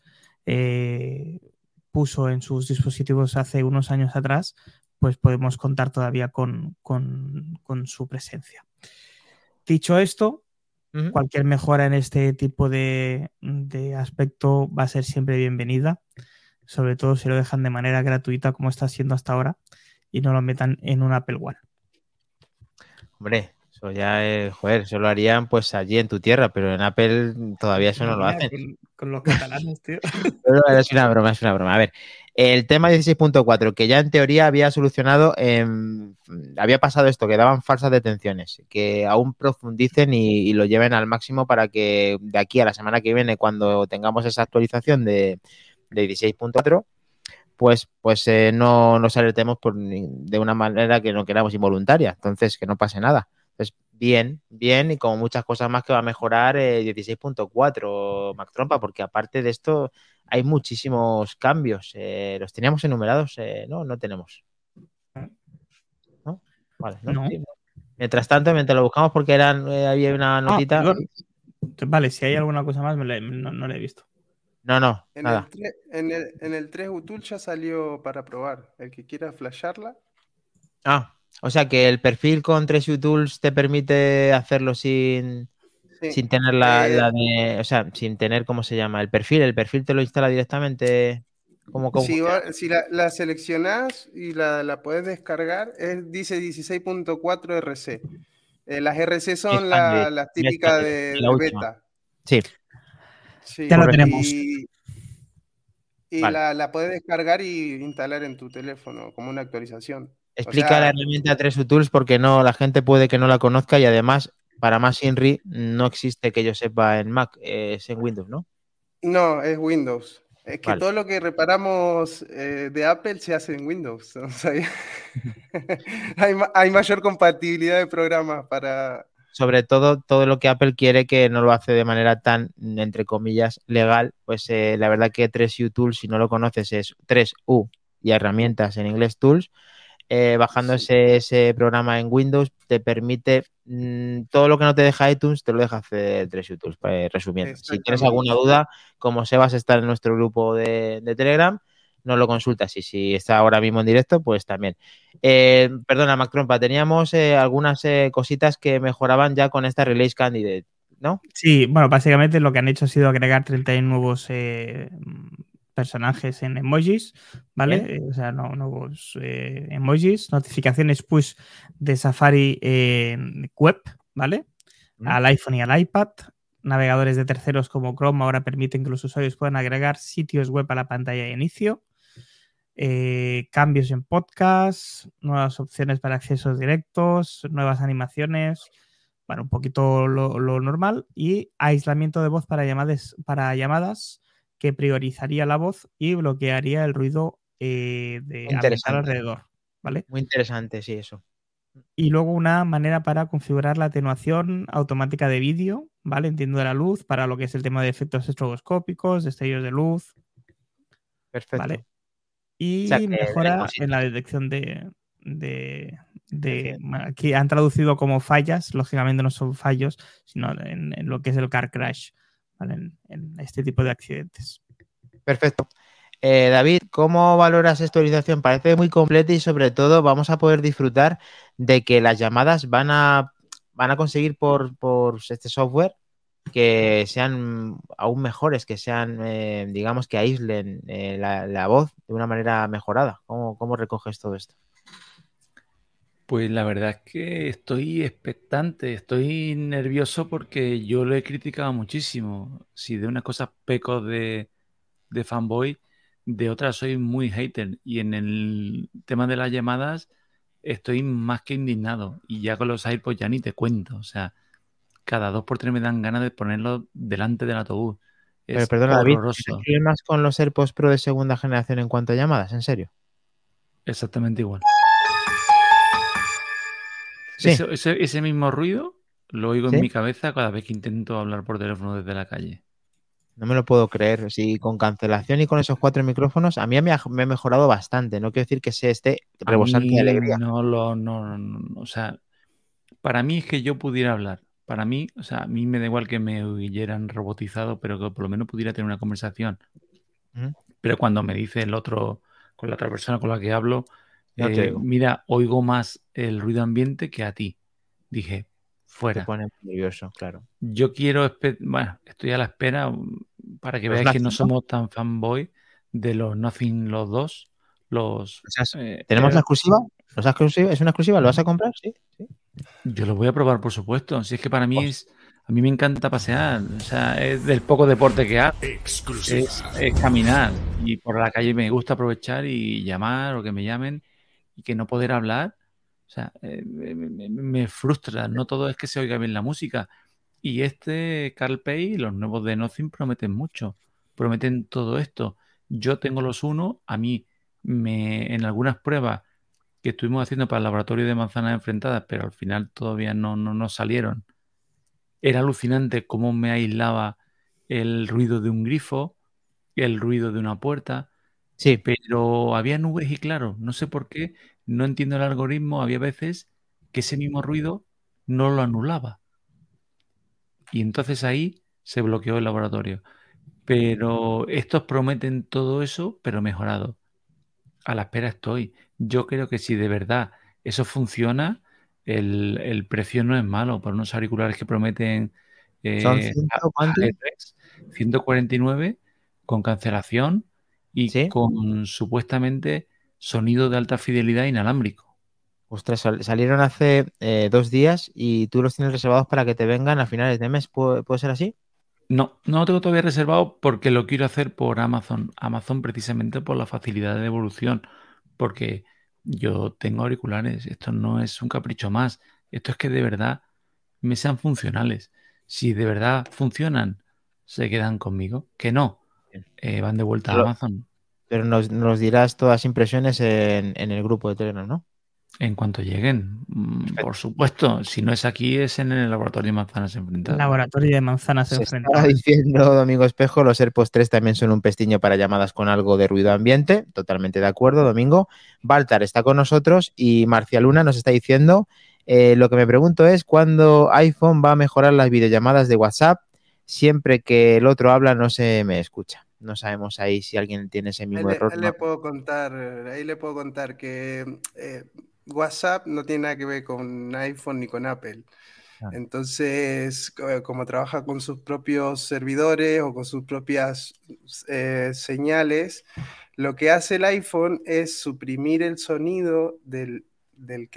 puso en sus dispositivos hace unos años atrás, pues podemos contar todavía con su presencia. Dicho esto, cualquier mejora en este tipo de aspecto va a ser siempre bienvenida, sobre todo si lo dejan de manera gratuita como está siendo hasta ahora y no lo metan en un Apple One. Hombre, eso ya, joder, eso lo harían pues allí en tu tierra, pero en Apple todavía eso no lo hacen. Con los catalanes, tío. Pero es una broma, es una broma. A ver, el tema 16.4, que ya en teoría había solucionado, había pasado esto, que daban falsas detenciones, que aún profundicen y lo lleven al máximo para que de aquí a la semana que viene, cuando tengamos esa actualización de 16.4, pues no nos alertemos de una manera que no queramos involuntaria. Entonces, que no pase nada. Entonces, bien, y como muchas cosas más que va a mejorar 16.4, Mac Trompa, porque aparte de esto hay muchísimos cambios. ¿Los teníamos enumerados? No, no tenemos. ¿No? Vale, ¿no? No. Sí. Mientras tanto, mientras lo buscamos porque había una notita. Vale, si hay alguna cosa más, no la he visto. No, nada. En el 3 UTool ya salió para probar. El que quiera flashearla. O sea que el perfil con 3U Tools te permite hacerlo sin tener o sea, sin tener, ¿cómo se llama? El perfil te lo instala directamente. ¿Cómo si la seleccionás y la podés descargar, dice 16.4 RC. Las RC son las típicas de beta. Sí. Ya lo tenemos. Y vale. la puedes descargar y instalar en tu teléfono como una actualización. Explica la herramienta 3U Tools porque la gente puede que no la conozca y además, para más INRI, no existe que yo sepa en Mac, es en Windows, ¿no? No, es Windows. Es que todo lo que reparamos de Apple se hace en Windows. O sea, hay mayor compatibilidad de programas para... Sobre todo lo que Apple quiere, que no lo hace de manera tan, entre comillas, legal, pues la verdad que 3U Tools, si no lo conoces, es 3U y herramientas en inglés Tools. Bajando ese programa en Windows te permite todo lo que no te deja iTunes, te lo deja hacer 3U Tools, resumiendo. Si tienes alguna duda, como Sebas está en nuestro grupo de Telegram, nos lo consultas y si está ahora mismo en directo, pues también. Perdona, Mac Trompa, teníamos algunas cositas que mejoraban ya con esta Release Candidate, ¿no? Sí, bueno, básicamente lo que han hecho ha sido agregar 31 nuevos personajes en emojis, ¿vale? O sea, nuevos emojis, notificaciones push de Safari web, ¿vale? Al iPhone y al iPad. Navegadores de terceros como Chrome ahora permiten que los usuarios puedan agregar sitios web a la pantalla de inicio. Cambios en podcast, nuevas opciones para accesos directos, nuevas animaciones, bueno, un poquito lo normal, y aislamiento de voz para llamadas que priorizaría la voz y bloquearía el ruido de ambiental alrededor, ¿vale? Muy interesante, sí, eso. Y luego una manera para configurar la atenuación automática de vídeo, ¿vale? Entiendo de la luz, para lo que es el tema de efectos estroboscópicos, destellos de luz. Perfecto. ¿Vale? y O sea, que mejora cositas. en la detección aquí han traducido como fallas, lógicamente no son fallos, sino en lo que es el car crash, ¿vale? En este tipo de accidentes. Perfecto. David, ¿cómo valoras esta actualización? Parece muy completa y sobre todo vamos a poder disfrutar de que las llamadas van a conseguir por este software que sean aún mejores, que sean, digamos, que aíslen la voz de una manera mejorada. ¿Cómo recoges todo esto? Pues la verdad es que estoy expectante, estoy nervioso porque yo lo he criticado muchísimo. Si de unas cosas peco de fanboy, de otras soy muy hater. Y en el tema de las llamadas estoy más que indignado. Y ya con los AirPods ya ni te cuento. O sea, cada 2 por 3 me dan ganas de ponerlo delante del autobús. Pero Es perdona, David, ¿tienes horroroso. problemas con los AirPods Pro de segunda generación en cuanto a llamadas? ¿En serio? Exactamente igual. Sí, Ese mismo ruido lo oigo en sí. mi cabeza cada vez que intento hablar por teléfono desde la calle. No me lo puedo creer. Sí, con cancelación y con esos 4 micrófonos, a mí me ha mejorado bastante. No quiero decir que se esté A rebosante de mí alegría. o sea, para mí es que yo pudiera hablar. Para mí, o sea, a mí me da igual que me oyeran robotizado, pero que por lo menos pudiera tener una conversación. Ujú. Pero cuando me dice el otro, con la otra persona con la que hablo, No te digo, mira, oigo más el ruido ambiente que a ti. Dije, te fuera. pone nervioso, claro. Yo quiero, bueno, estoy a la espera para que Los veáis que no Nothing, ¿no? somos tan fanboy de los Nothing, los dos, los... ¿Tenemos la exclusiva? ¿Es una exclusiva? ¿Lo vas a comprar? Sí, sí. Yo lo voy a probar, por supuesto. Si es que para mí a mí me encanta pasear. O sea, es del poco deporte que hago. Es caminar. Y por la calle me gusta aprovechar y llamar o que me llamen y que no poder hablar. O sea, me frustra. No todo es que se oiga bien la música. Y CarPlay y los nuevos de Nothing prometen mucho. Prometen todo esto. Yo tengo los unos. A mí en algunas pruebas que estuvimos haciendo para el laboratorio de manzanas enfrentadas, pero al final todavía no salieron. Era alucinante cómo me aislaba el ruido de un grifo, el ruido de una puerta, Sí, pero había nubes y claro, no sé por qué, no entiendo el algoritmo, había veces que ese mismo ruido no lo anulaba. Y entonces ahí se bloqueó el laboratorio. Pero estos prometen todo eso, pero mejorado. A la espera estoy. Yo creo que si de verdad eso funciona, el precio no es malo para unos auriculares que prometen son 100, ¿cuánto? HyperX 149 con cancelación y Sí. con supuestamente sonido de alta fidelidad inalámbrico. Ostras, salieron hace 2 días y tú los tienes reservados para que te vengan a finales de mes. ¿Puede ser así? No lo tengo todavía reservado porque lo quiero hacer por Amazon. Amazon precisamente por la facilidad de devolución. Porque yo tengo auriculares. Esto no es un capricho más. Esto es que de verdad me sean funcionales. Si de verdad funcionan, se quedan conmigo. Que no, van de vuelta a Pero, Amazon. pero nos dirás todas impresiones en el grupo de Telegram, ¿no? En cuanto lleguen, por Perfecto. supuesto. Si no es aquí, es en el laboratorio de manzanas enfrentadas. Laboratorio de manzanas Se estaba enfrentadas. diciendo Domingo Espejo, los AirPods 3 también son un pestiño para llamadas con algo de ruido ambiente. Totalmente de acuerdo, Domingo. Baltar está con nosotros y Marcia Luna nos está diciendo, lo que me pregunto es cuándo iPhone va a mejorar las videollamadas de WhatsApp. Siempre que el otro habla no se me escucha. No sabemos ahí si alguien tiene ese mismo error. Ahí ¿No? le puedo contar que WhatsApp no tiene nada que ver con iPhone ni con Apple. Ah. Entonces, como trabaja con sus propios servidores o con sus propias señales, lo que hace el iPhone es suprimir el sonido del que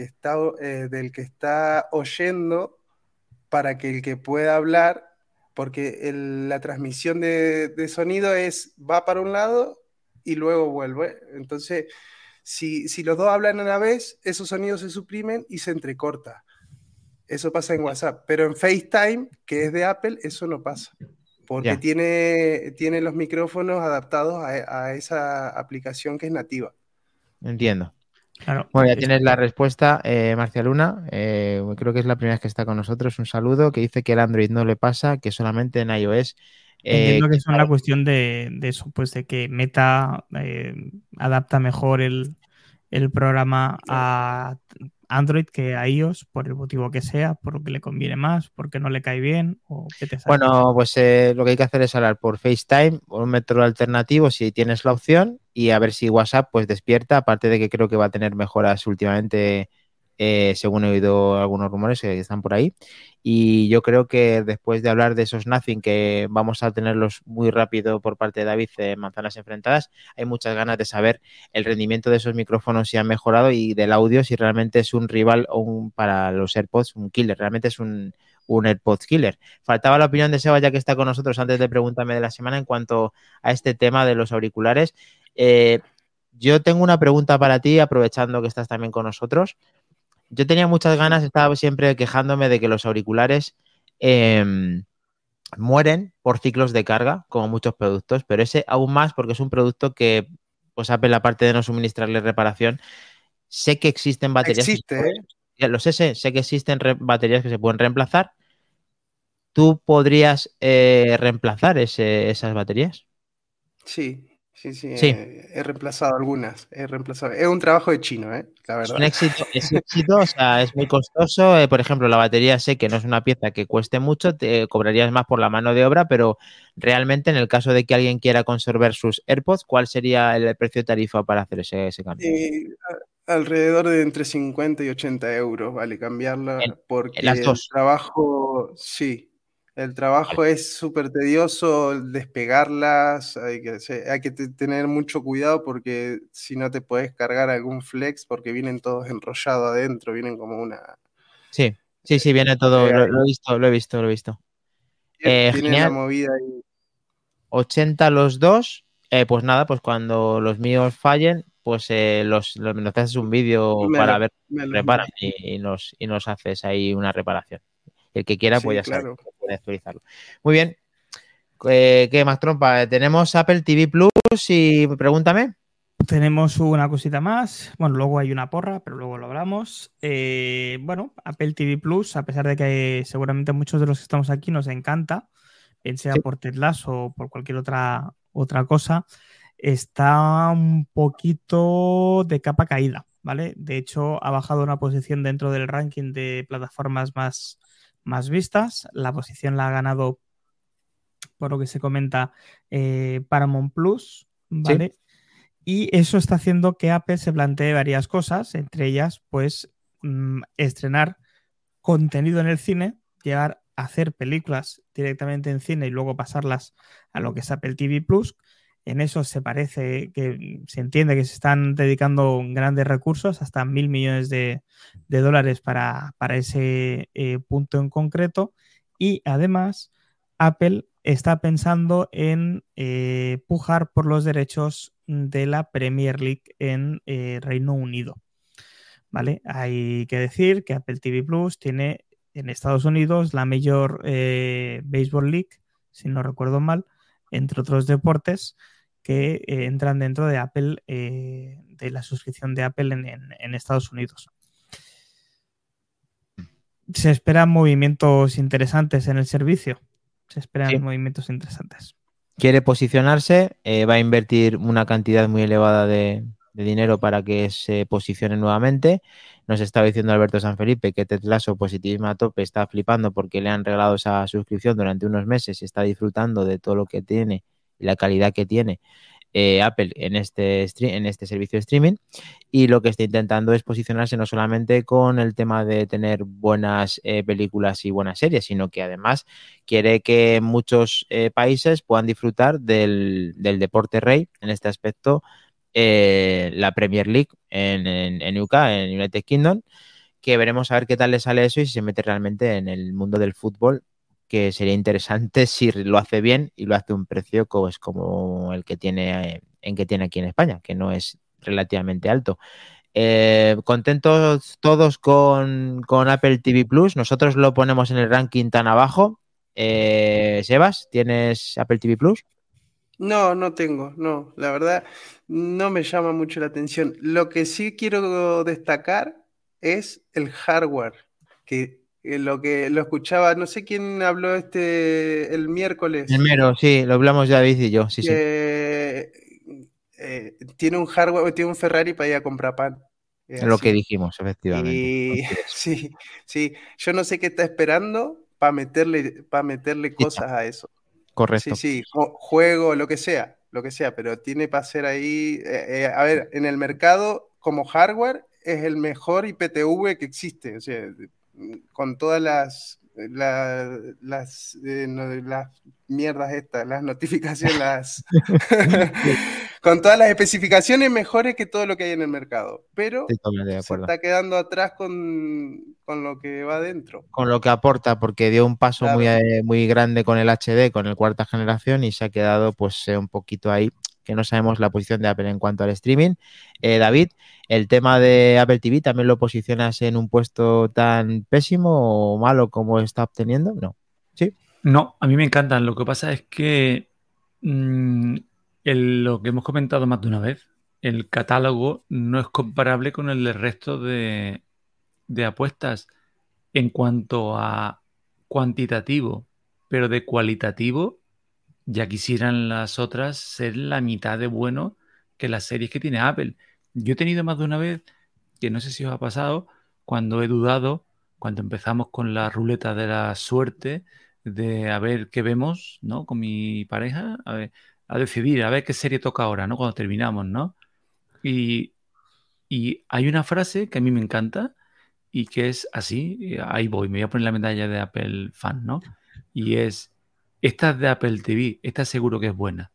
está oyendo para que el que pueda hablar, porque la transmisión de sonido va para un lado y luego vuelve. Entonces, si los dos hablan a la vez, esos sonidos se suprimen y se entrecorta. Eso pasa en WhatsApp, pero en FaceTime, que es de Apple, eso no pasa, porque Ya, tiene los micrófonos adaptados a esa aplicación que es nativa. entiendo. Claro, Bueno, ya tienes la respuesta, Marcia Luna. Creo que es la primera vez que está con nosotros. Un saludo, que dice que el Android no le pasa, que solamente en iOS. entiendo que es una Claro, cuestión de eso, pues de que Meta adapta mejor el programa a Android que a iOS, por el motivo que sea, por lo que le conviene más, porque no le cae bien o qué te sabes. Bueno, pues lo que hay que hacer es hablar por FaceTime o un método alternativo si tienes la opción y a ver si WhatsApp pues despierta, aparte de que creo que va a tener mejoras últimamente, según he oído algunos rumores que están por ahí. Y yo creo que después de hablar de esos Nothing, que vamos a tenerlos muy rápido por parte de David, manzanas enfrentadas, hay muchas ganas de saber el rendimiento de esos micrófonos si ha mejorado y del audio si realmente es un rival para los AirPods, un killer, realmente es un AirPods killer. Faltaba la opinión de Seba, ya que está con nosotros, antes de preguntarme de la semana en cuanto a este tema de los auriculares. Yo tengo una pregunta para ti, aprovechando que estás también con nosotros. Yo tenía muchas ganas, estaba siempre quejándome de que los auriculares mueren por ciclos de carga, como muchos productos, pero ese aún más porque es un producto que, pues Apple, aparte de no suministrarle reparación, sé que existen baterías. Existe, sé que existen baterías que se pueden reemplazar. ¿Tú podrías reemplazar esas baterías? Sí, Sí. he reemplazado algunas, he reemplazado. Es un trabajo de chino, la Es verdad. un éxito, o sea, es muy costoso. Por ejemplo, la batería sé que no es una pieza que cueste mucho, te cobrarías más por la mano de obra, pero realmente en el caso de que alguien quiera conservar sus AirPods, ¿cuál sería el precio de tarifa para hacer ese cambio? Alrededor de entre 50 y 80 euros vale cambiarla, En las porque el dos. trabajo, sí, el trabajo es súper tedioso, el despegarlas, hay que tener mucho cuidado porque si no te puedes cargar algún flex porque vienen todos enrollados adentro, vienen como una... Sí, sí, viene todo, lo he visto. Tienen la Genial, movida ahí. 80 los dos. Pues nada, pues cuando los míos fallen, pues nos haces un vídeo para ver Me si los reparan envío. y nos haces ahí una reparación. El que quiera, pues Sí, ya sabe claro. que puede actualizarlo. Muy bien. ¿Qué más, trompa? Tenemos Apple TV Plus y pregúntame. Tenemos una cosita más. Bueno, luego hay una porra, pero luego lo hablamos. Bueno, Apple TV Plus, a pesar de que seguramente muchos de los que estamos aquí nos encanta, bien sea Sí. por Ted Lasso o por cualquier otra cosa, está un poquito de capa caída, ¿vale? De hecho, ha bajado una posición dentro del ranking de plataformas más vistas. La posición la ha ganado, por lo que se comenta, Paramount Plus, ¿vale? Sí. Y eso está haciendo que Apple se plantee varias cosas, entre ellas, pues, estrenar contenido en el cine, llegar a hacer películas directamente en cine y luego pasarlas a lo que es Apple TV Plus. En eso se parece que se entiende que se están dedicando grandes recursos, hasta 1.000 millones de dólares para ese punto en concreto. Y además, Apple está pensando en pujar por los derechos de la Premier League en Reino Unido. ¿Vale? Hay que decir que Apple TV Plus tiene en Estados Unidos la Major Baseball League, si no recuerdo mal, entre otros deportes que entran dentro de Apple, de la suscripción de Apple en Estados Unidos. Se esperan movimientos interesantes en el servicio. Se esperan movimientos interesantes. Quiere posicionarse, va a invertir una cantidad muy elevada de dinero para que se posicione nuevamente. Nos estaba diciendo Alberto Sanfelipe que Ted Lasso, positivismo a tope, está flipando porque le han regalado esa suscripción durante unos meses y está disfrutando de todo lo que tiene y la calidad que tiene Apple en este servicio de streaming, y lo que está intentando es posicionarse no solamente con el tema de tener buenas películas y buenas series, sino que además quiere que muchos países puedan disfrutar del deporte rey, en este aspecto la Premier League en UK, en United Kingdom, que veremos a ver qué tal le sale eso y si se mete realmente en el mundo del fútbol, que sería interesante si lo hace bien y lo hace a un precio pues, como el que tiene aquí en España, que no es relativamente alto. ¿Contentos todos con Apple TV Plus? Nosotros lo ponemos en el ranking tan abajo. Sebas, ¿tienes Apple TV Plus? No, no tengo, no, la verdad no me llama mucho la atención. Lo que sí quiero destacar es el hardware, que lo escuchaba, no sé quién habló el El miércoles, mero, sí, lo hablamos ya David y yo, sí, sí. que tiene un hardware, tiene un Ferrari para ir a comprar pan. Es lo que dijimos, efectivamente. Y sí, yo no sé qué está esperando para meterle cosas a eso. Correcto. Sí, juego, lo que sea, pero tiene para ser ahí, a ver, en el mercado como hardware es el mejor IPTV que existe, o sea, con todas las mierdas estas, las notificaciones, con todas las especificaciones mejores que todo lo que hay en el mercado, pero se está quedando atrás con lo que va adentro. Con lo que aporta, porque dio un paso muy grande con el HD, con el cuarta generación, y se ha quedado pues un poquito ahí, que no sabemos la posición de Apple en cuanto al streaming. David, ¿el tema de Apple TV también lo posicionas en un puesto tan pésimo o malo como está obteniendo? No. ¿Sí? No, a mí me encantan. Lo que pasa es que lo que hemos comentado más de una vez, el catálogo no es comparable con el del resto de apuestas en cuanto a cuantitativo, pero de cualitativo, ya quisieran las otras ser la mitad de bueno que las series que tiene Apple. Yo he tenido más de una vez, que no sé si os ha pasado, cuando he dudado, cuando empezamos con la ruleta de la suerte, de a ver qué vemos, ¿no? Con mi pareja, a decidir, a ver qué serie toca ahora, ¿no? Cuando terminamos, ¿no? Y hay una frase que a mí me encanta y que es así, ahí voy, me voy a poner la medalla de Apple fan, ¿no? Y es, esta es de Apple TV, esta seguro que es buena.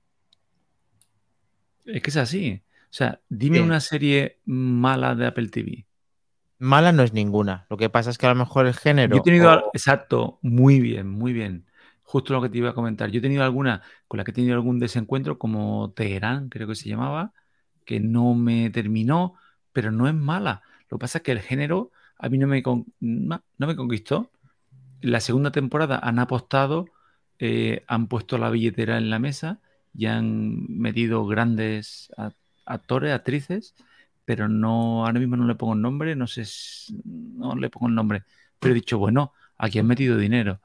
Es que es así. O sea, dime una serie mala de Apple TV. Mala no es ninguna. Lo que pasa es que a lo mejor el género... Yo he tenido, exacto, muy bien, muy bien. Justo lo que te iba a comentar. Yo he tenido alguna con la que he tenido algún desencuentro, como Teherán, creo que se llamaba, que no me terminó, pero no es mala. Lo que pasa es que el género a mí no me conquistó. La segunda temporada han apostado, han puesto la billetera en la mesa y han metido grandes actores, actrices, pero no, ahora mismo no le pongo el nombre, no sé, no le pongo el nombre, pero he dicho, bueno, aquí han metido dinero.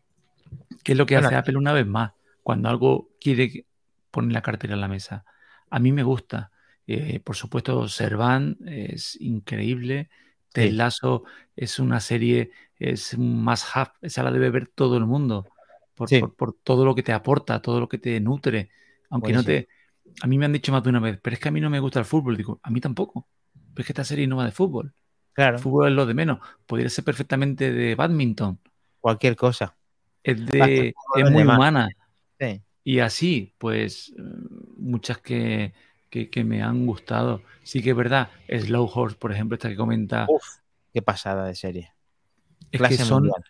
¿Qué es lo que hace Apple una vez más? Cuando algo quiere poner la cartera en la mesa. A mí me gusta. Por supuesto, Servant es increíble. Ted Lasso es una serie, es un must-have. Esa la debe ver todo el mundo por todo lo que te aporta, todo lo que te nutre. Aunque no te... A mí me han dicho más de una vez, pero es que a mí no me gusta el fútbol. Digo, a mí tampoco. Pero es que esta serie no va de fútbol. Claro. El fútbol es lo de menos. Podría ser perfectamente de badminton. Cualquier cosa. Es muy humana. Sí. Y así, pues, muchas que me han gustado. Sí que es verdad, Slow Horse, por ejemplo, esta que comenta. Uf, qué pasada de serie. Es que son... Mundial.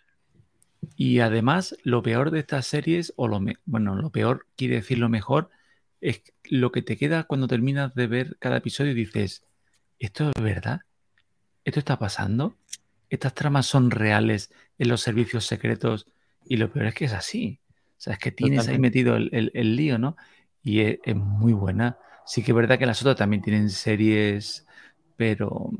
Y además, lo peor de estas series, bueno, lo peor quiere decir lo mejor, es lo que te queda cuando terminas de ver cada episodio y dices, ¿esto es verdad? ¿Esto está pasando? ¿Estas tramas son reales en los servicios secretos? Y lo peor es que es así. O sea, es que tienes ahí metido el lío, ¿no? Y es muy buena. Sí que es verdad que las otras también tienen series, pero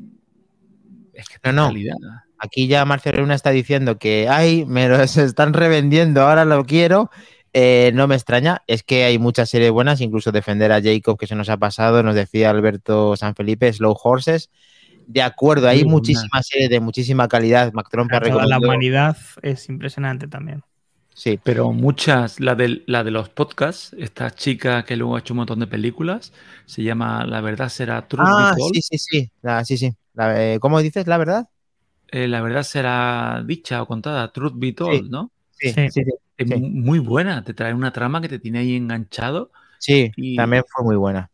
es que es calidad. Aquí ya Marcia Reuna está diciendo que ay, me los están revendiendo, ahora lo quiero. No me extraña, es que hay muchas series buenas, incluso defender a Jacob, que se nos ha pasado, nos decía Alberto Sanfelipe, Slow Horses. De acuerdo, hay muchísimas series de muchísima calidad. MacTrompa recomendó. La humanidad es impresionante también. Sí, pero muchas, la de los podcasts, esta chica que luego ha hecho un montón de películas, se llama La verdad será Truth Be Told. Sí. ¿Cómo dices la verdad? La verdad será dicha o contada, Truth Be Told, ¿no? Sí. Es muy buena, te trae una trama que te tiene ahí enganchado. Sí, también fue muy buena.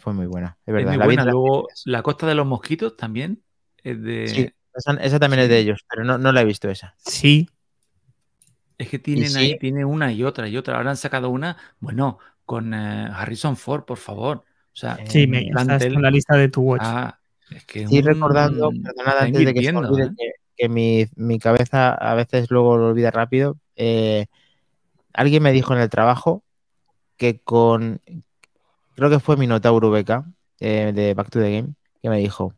Es verdad. Es muy buena. Luego, La Costa de los Mosquitos también es de... Sí, esa también es de ellos, pero no la he visto esa. Sí. Es que tienen ahí, tiene una y otra. Ahora han sacado una, bueno, con Harrison Ford, por favor. O sea, sí, está en la lista de tu watch. Es que recordando, perdonad antes de que se olvide, que mi cabeza a veces luego lo olvida rápido. Alguien me dijo en el trabajo que creo que fue Minotauro VK de Back to the Game, que me dijo,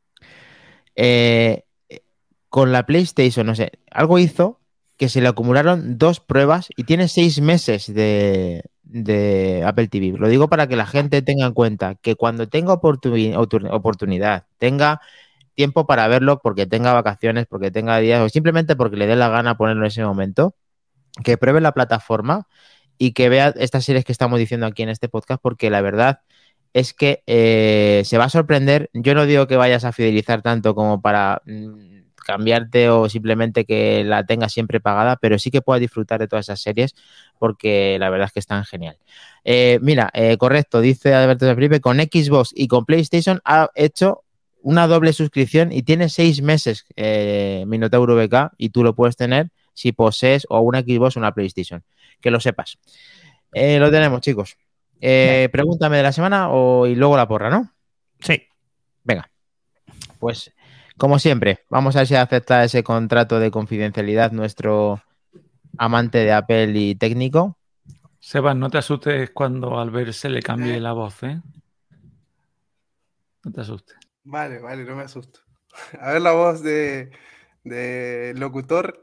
con la PlayStation, no sé, algo hizo que se le acumularon 2 pruebas y tiene 6 meses de de Apple TV. Lo digo para que la gente tenga en cuenta que cuando tenga oportunidad, tenga tiempo para verlo, porque tenga vacaciones, porque tenga días o simplemente porque le dé la gana ponerlo en ese momento, que pruebe la plataforma y que vea estas series que estamos diciendo aquí en este podcast, porque la verdad es que se va a sorprender. Yo no digo que vayas a fidelizar tanto como para cambiarte o simplemente que la tengas siempre pagada, pero sí que puedas disfrutar de todas esas series porque la verdad es que están genial. Mira, correcto, dice Alberto de Felipe, con Xbox y con PlayStation ha hecho una doble suscripción y tiene 6 meses Minotauro VK y tú lo puedes tener si posees o una Xbox o una PlayStation. Que lo sepas. Lo tenemos, chicos. Pregúntame de la semana y luego la porra, ¿no? Sí. Venga. Pues, como siempre, vamos a ver si acepta ese contrato de confidencialidad nuestro amante de Apple y técnico. Sebas, no te asustes cuando al ver se le cambie la voz, ¿eh? No te asustes. Vale, no me asusto. A ver la voz de locutor.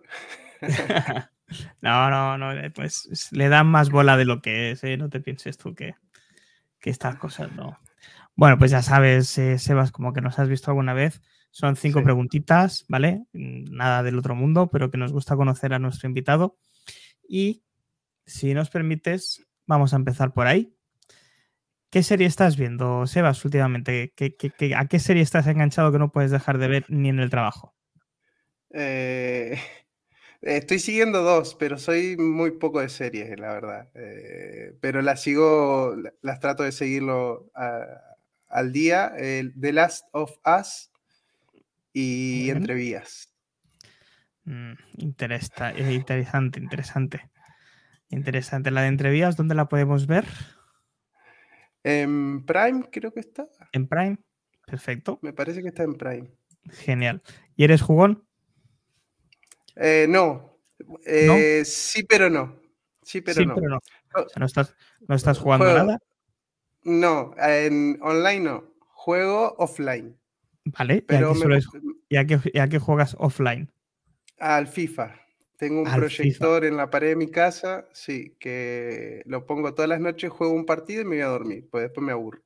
No, pues le dan más bola de lo que es, ¿eh? No te pienses tú que estas cosas no. Bueno, pues ya sabes, Sebas, como que nos has visto alguna vez, son 5 preguntitas, ¿vale? Nada del otro mundo, pero que nos gusta conocer a nuestro invitado. Y si nos permites, vamos a empezar por ahí. ¿Qué serie estás viendo, Sebas, últimamente? ¿A qué serie estás enganchado que no puedes dejar de ver ni en el trabajo? Estoy siguiendo 2, pero soy muy poco de series, la verdad. Pero las sigo, las trato de seguirlo al día. The Last of Us y Entre Vías. Interesante. La de Entre Vías, ¿dónde la podemos ver? En Prime creo que está. En Prime, perfecto. Me parece que está en Prime. Genial. ¿Y eres jugón? No. ¿No? Sí, pero no. Pero no. O sea, ¿no estás jugando nada? No, en online no. Juego offline. Vale, pero ¿y a qué juegas offline? Al FIFA. Tengo un proyector en la pared de mi casa, sí, que lo pongo todas las noches, juego un partido y me voy a dormir, pues después me aburro.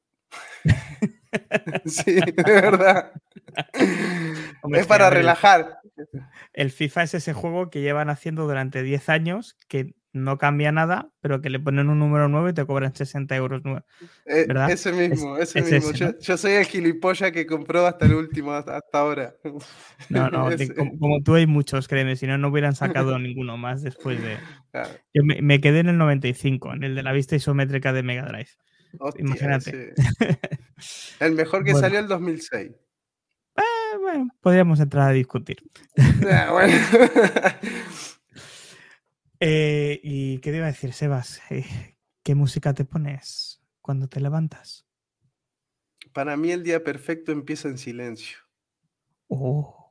Sí, de verdad. Hombre, es para relajar. El FIFA es ese juego que llevan haciendo durante 10 años, que no cambia nada, pero que le ponen un número nuevo y te cobran 60 euros nuevos. ¿Verdad? Ese mismo. Ese, ¿no? Yo soy el gilipollas que compró hasta el último, hasta ahora. No, como tú hay muchos, créeme, si no, no hubieran sacado ninguno más después de... Claro. Yo me quedé en el 95, en el de la vista isométrica de Mega Drive. Hostia, imagínate. El mejor que salió el 2006. Bueno, podríamos entrar a discutir. Bueno. ¿Y qué te iba a decir, Sebas? ¿Qué música te pones cuando te levantas? Para mí el día perfecto empieza en silencio. Oh.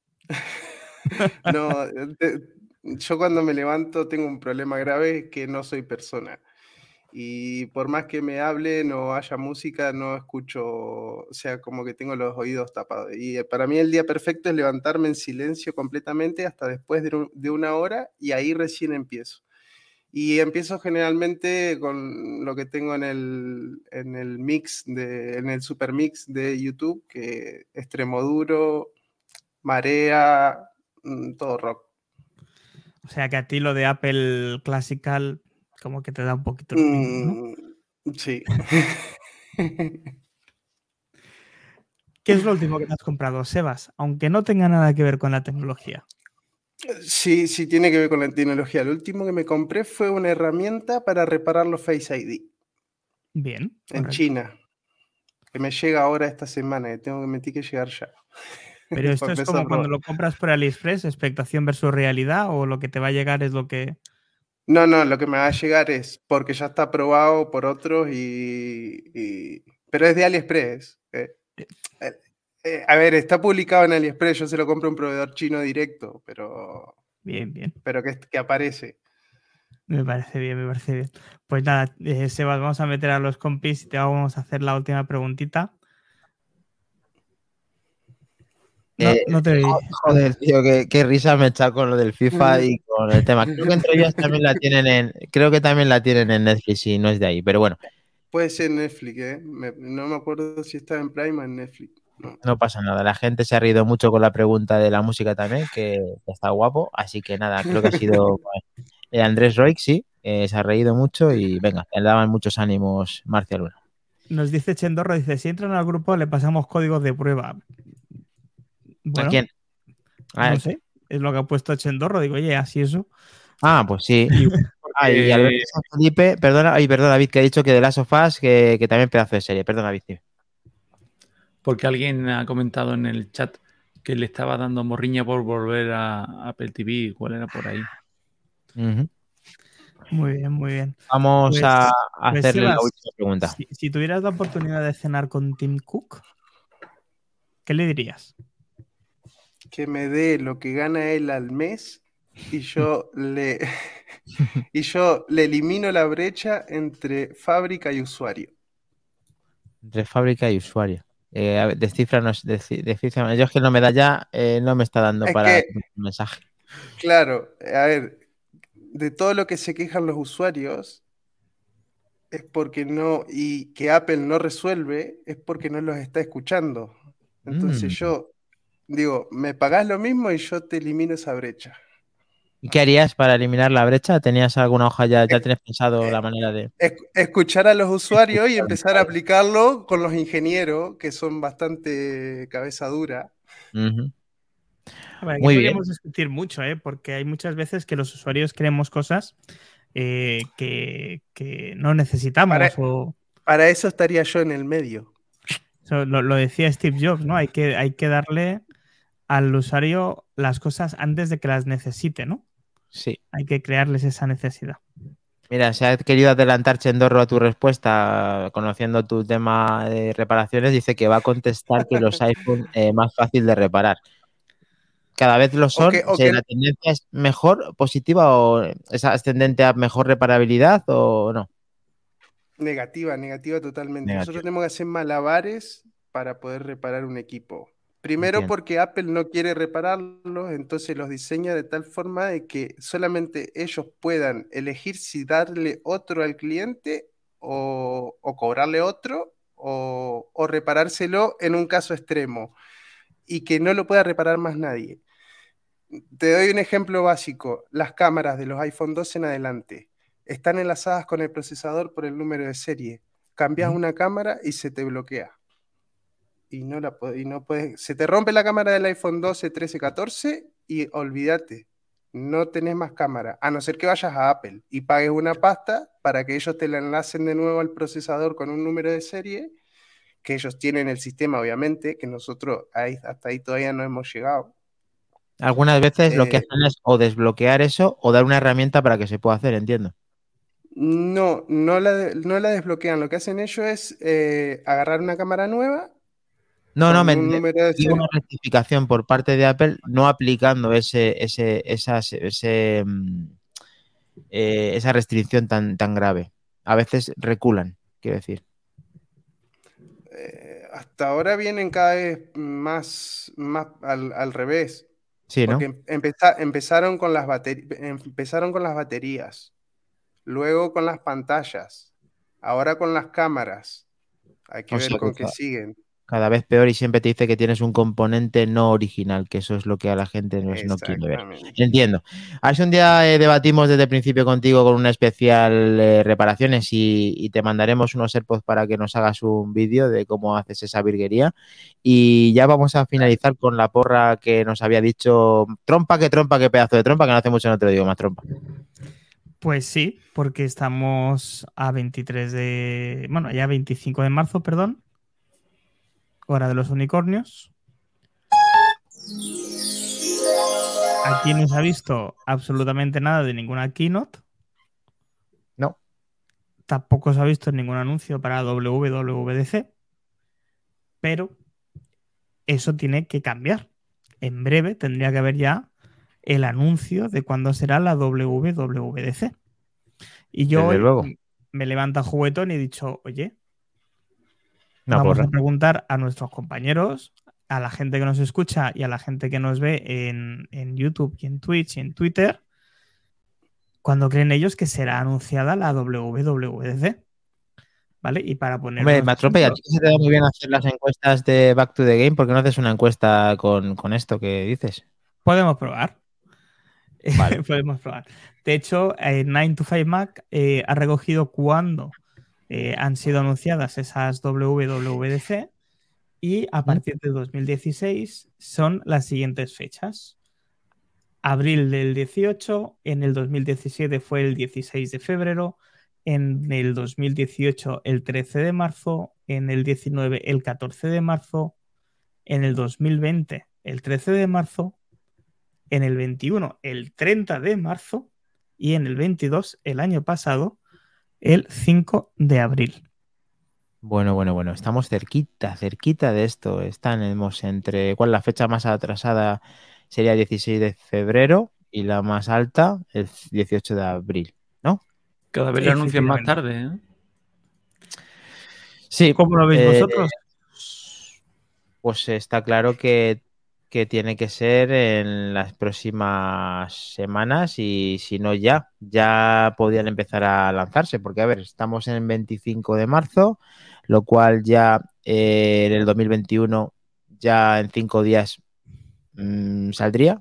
No, yo cuando me levanto tengo un problema grave, que no soy persona. Y por más que me hablen o haya música, no escucho, o sea, como que tengo los oídos tapados. Y para mí el día perfecto es levantarme en silencio completamente hasta después de 1 hora y ahí recién empiezo. Y empiezo generalmente con lo que tengo en el mix, en el super mix de YouTube, que Extremoduro, Marea, todo rock. O sea que a ti lo de Apple Classical como que te da un poquito el pingo, ¿no? Sí. ¿Qué es lo último que te has comprado, Sebas? Aunque no tenga nada que ver con la tecnología. Sí, tiene que ver con la tecnología. Lo último que me compré fue una herramienta para reparar los Face ID. Bien. En China. Que me llega ahora esta semana. Me tiene que llegar ya. Pero esto es como cuando lo compras por AliExpress, expectación versus realidad, o lo que te va a llegar es lo que... No, lo que me va a llegar es porque ya está aprobado por otros pero es de AliExpress. A ver, está publicado en AliExpress, yo se lo compro a un proveedor chino directo, pero... Bien. Pero que aparece. Me parece bien. Pues nada, Sebas, vamos a meter a los compis y te vamos a hacer la última preguntita. No te vi. Joder, tío, qué risa me he echado con lo del FIFA y con el tema. Creo que entre ellas también la tienen en Netflix, si no es de ahí, pero bueno. Puede ser Netflix, ¿eh? No me acuerdo si estaba en Prime o en Netflix. No pasa nada. La gente se ha reído mucho con la pregunta de la música también, que está guapo. Así que nada, creo que ha sido Andrés Roig, sí, se ha reído mucho y venga, le daban muchos ánimos Marcia Luna. Nos dice Chendorro, dice, si entran al grupo le pasamos códigos de prueba. Bueno, ¿A quién? No sé, es lo que ha puesto Chendorro. Digo, oye, así eso. Pues sí. Y Alberto San Felipe, perdona, David, que ha dicho que de Last of Us, que también pedazo de serie. Perdona, David. Tío. Porque alguien ha comentado en el chat que le estaba dando morriña por volver a Apple TV. ¿Cuál era por ahí? Muy bien, muy bien. Vamos a hacerle la última pregunta. Si tuvieras la oportunidad de cenar con Tim Cook, ¿qué le dirías? Que me dé lo que gana él al mes y yo le elimino la brecha entre fábrica y usuario. Entre fábrica y usuario. Descífranos. Yo es que no me da ya, no me está dando para el mensaje. Claro, a ver, de todo lo que se quejan los usuarios es porque no, y que Apple no resuelve, es porque no los está escuchando. Entonces yo digo, me pagás lo mismo y yo te elimino esa brecha. ¿Y qué harías para eliminar la brecha? ¿Tenías alguna hoja ya tienes pensado la manera de...? Escuchar a los usuarios y empezar a aplicarlo con los ingenieros, que son bastante cabeza dura. Muy bien. Podemos discutir mucho, porque hay muchas veces que los usuarios queremos cosas que no necesitamos. Para eso estaría yo en el medio. Lo decía Steve Jobs, ¿no? Hay que darle al usuario las cosas antes de que las necesite, ¿no? Sí. Hay que crearles esa necesidad. Mira, se ha querido adelantar Chendorro a tu respuesta, conociendo tu tema de reparaciones, dice que va a contestar que los iPhone más fácil de reparar. Cada vez lo son. ¿La tendencia es mejor, positiva o es ascendente a mejor reparabilidad o no? Negativa totalmente. Nosotros tenemos que hacer malabares para poder reparar un equipo. Primero porque Apple no quiere repararlos, entonces los diseña de tal forma de que solamente ellos puedan elegir si darle otro al cliente o cobrarle otro o reparárselo en un caso extremo y que no lo pueda reparar más nadie. Te doy un ejemplo básico. Las cámaras de los iPhone 12 en adelante están enlazadas con el procesador por el número de serie. Cambias una cámara y se te bloquea. Y no puedes. Se te rompe la cámara del iPhone 12, 13, 14 y olvídate. No tenés más cámara. A no ser que vayas a Apple y pagues una pasta para que ellos te la enlacen de nuevo al procesador con un número de serie, que ellos tienen el sistema, obviamente, que nosotros hasta ahí todavía no hemos llegado. Algunas veces lo que hacen es o desbloquear eso o dar una herramienta para que se pueda hacer, entiendo. No la desbloquean. Lo que hacen ellos es agarrar una cámara nueva. Me digo una rectificación por parte de Apple, no aplicando esa restricción tan grave. A veces reculan, quiero decir. Hasta ahora vienen cada vez más al revés. Sí, ¿no? Porque empezaron con las baterías, luego con las pantallas, ahora con las cámaras. Hay que ver con qué siguen. Cada vez peor y siempre te dice que tienes un componente no original, que eso es lo que a la gente no quiere ver. Entiendo. A ver si un día debatimos desde el principio contigo con una especial reparaciones y te mandaremos unos AirPods para que nos hagas un vídeo de cómo haces esa virguería. Y ya vamos a finalizar con la porra que nos había dicho trompa, qué pedazo de trompa, que no hace mucho no te lo digo más trompa. Pues sí, porque estamos a 25 de marzo, perdón. Hora de los unicornios. Aquí no se ha visto absolutamente nada de ninguna keynote. No. Tampoco se ha visto ningún anuncio para WWDC. Pero eso tiene que cambiar. En breve tendría que haber ya el anuncio de cuándo será la WWDC. Y yo hoy me levanta juguetón y he dicho, oye, vamos a preguntar a nuestros compañeros a la gente que nos escucha y a la gente que nos ve en YouTube y en Twitch y en Twitter, ¿cuándo creen ellos que será anunciada la WWDC? ¿Vale? Y para poner. Hombre, Mactrompa, ya se te da muy bien hacer las encuestas de Back to the Game. ¿Por qué no haces una encuesta con esto que dices? Podemos probar. Vale. Podemos probar. De hecho, 9to5Mac ha recogido cuándo han sido anunciadas esas WWDC y a partir de 2016 son las siguientes fechas. Abril del 18, en el 2017 fue el 16 de febrero, en el 2018 el 13 de marzo, en el 19 el 14 de marzo, en el 2020 el 13 de marzo, en el 21 el 30 de marzo y en el 22, el año pasado, el 5 de abril. Bueno. Estamos cerquita de esto. Estamos entre... ¿Cuál es la fecha más atrasada? Sería 16 de febrero y la más alta el 18 de abril, ¿no? Cada vez lo anuncian más tarde, ¿eh? Sí. ¿Cómo lo veis vosotros? Pues está claro que tiene que ser en las próximas semanas y si no ya podrían empezar a lanzarse, porque a ver, estamos en el 25 de marzo, lo cual ya en el 2021 ya en 5 días saldría.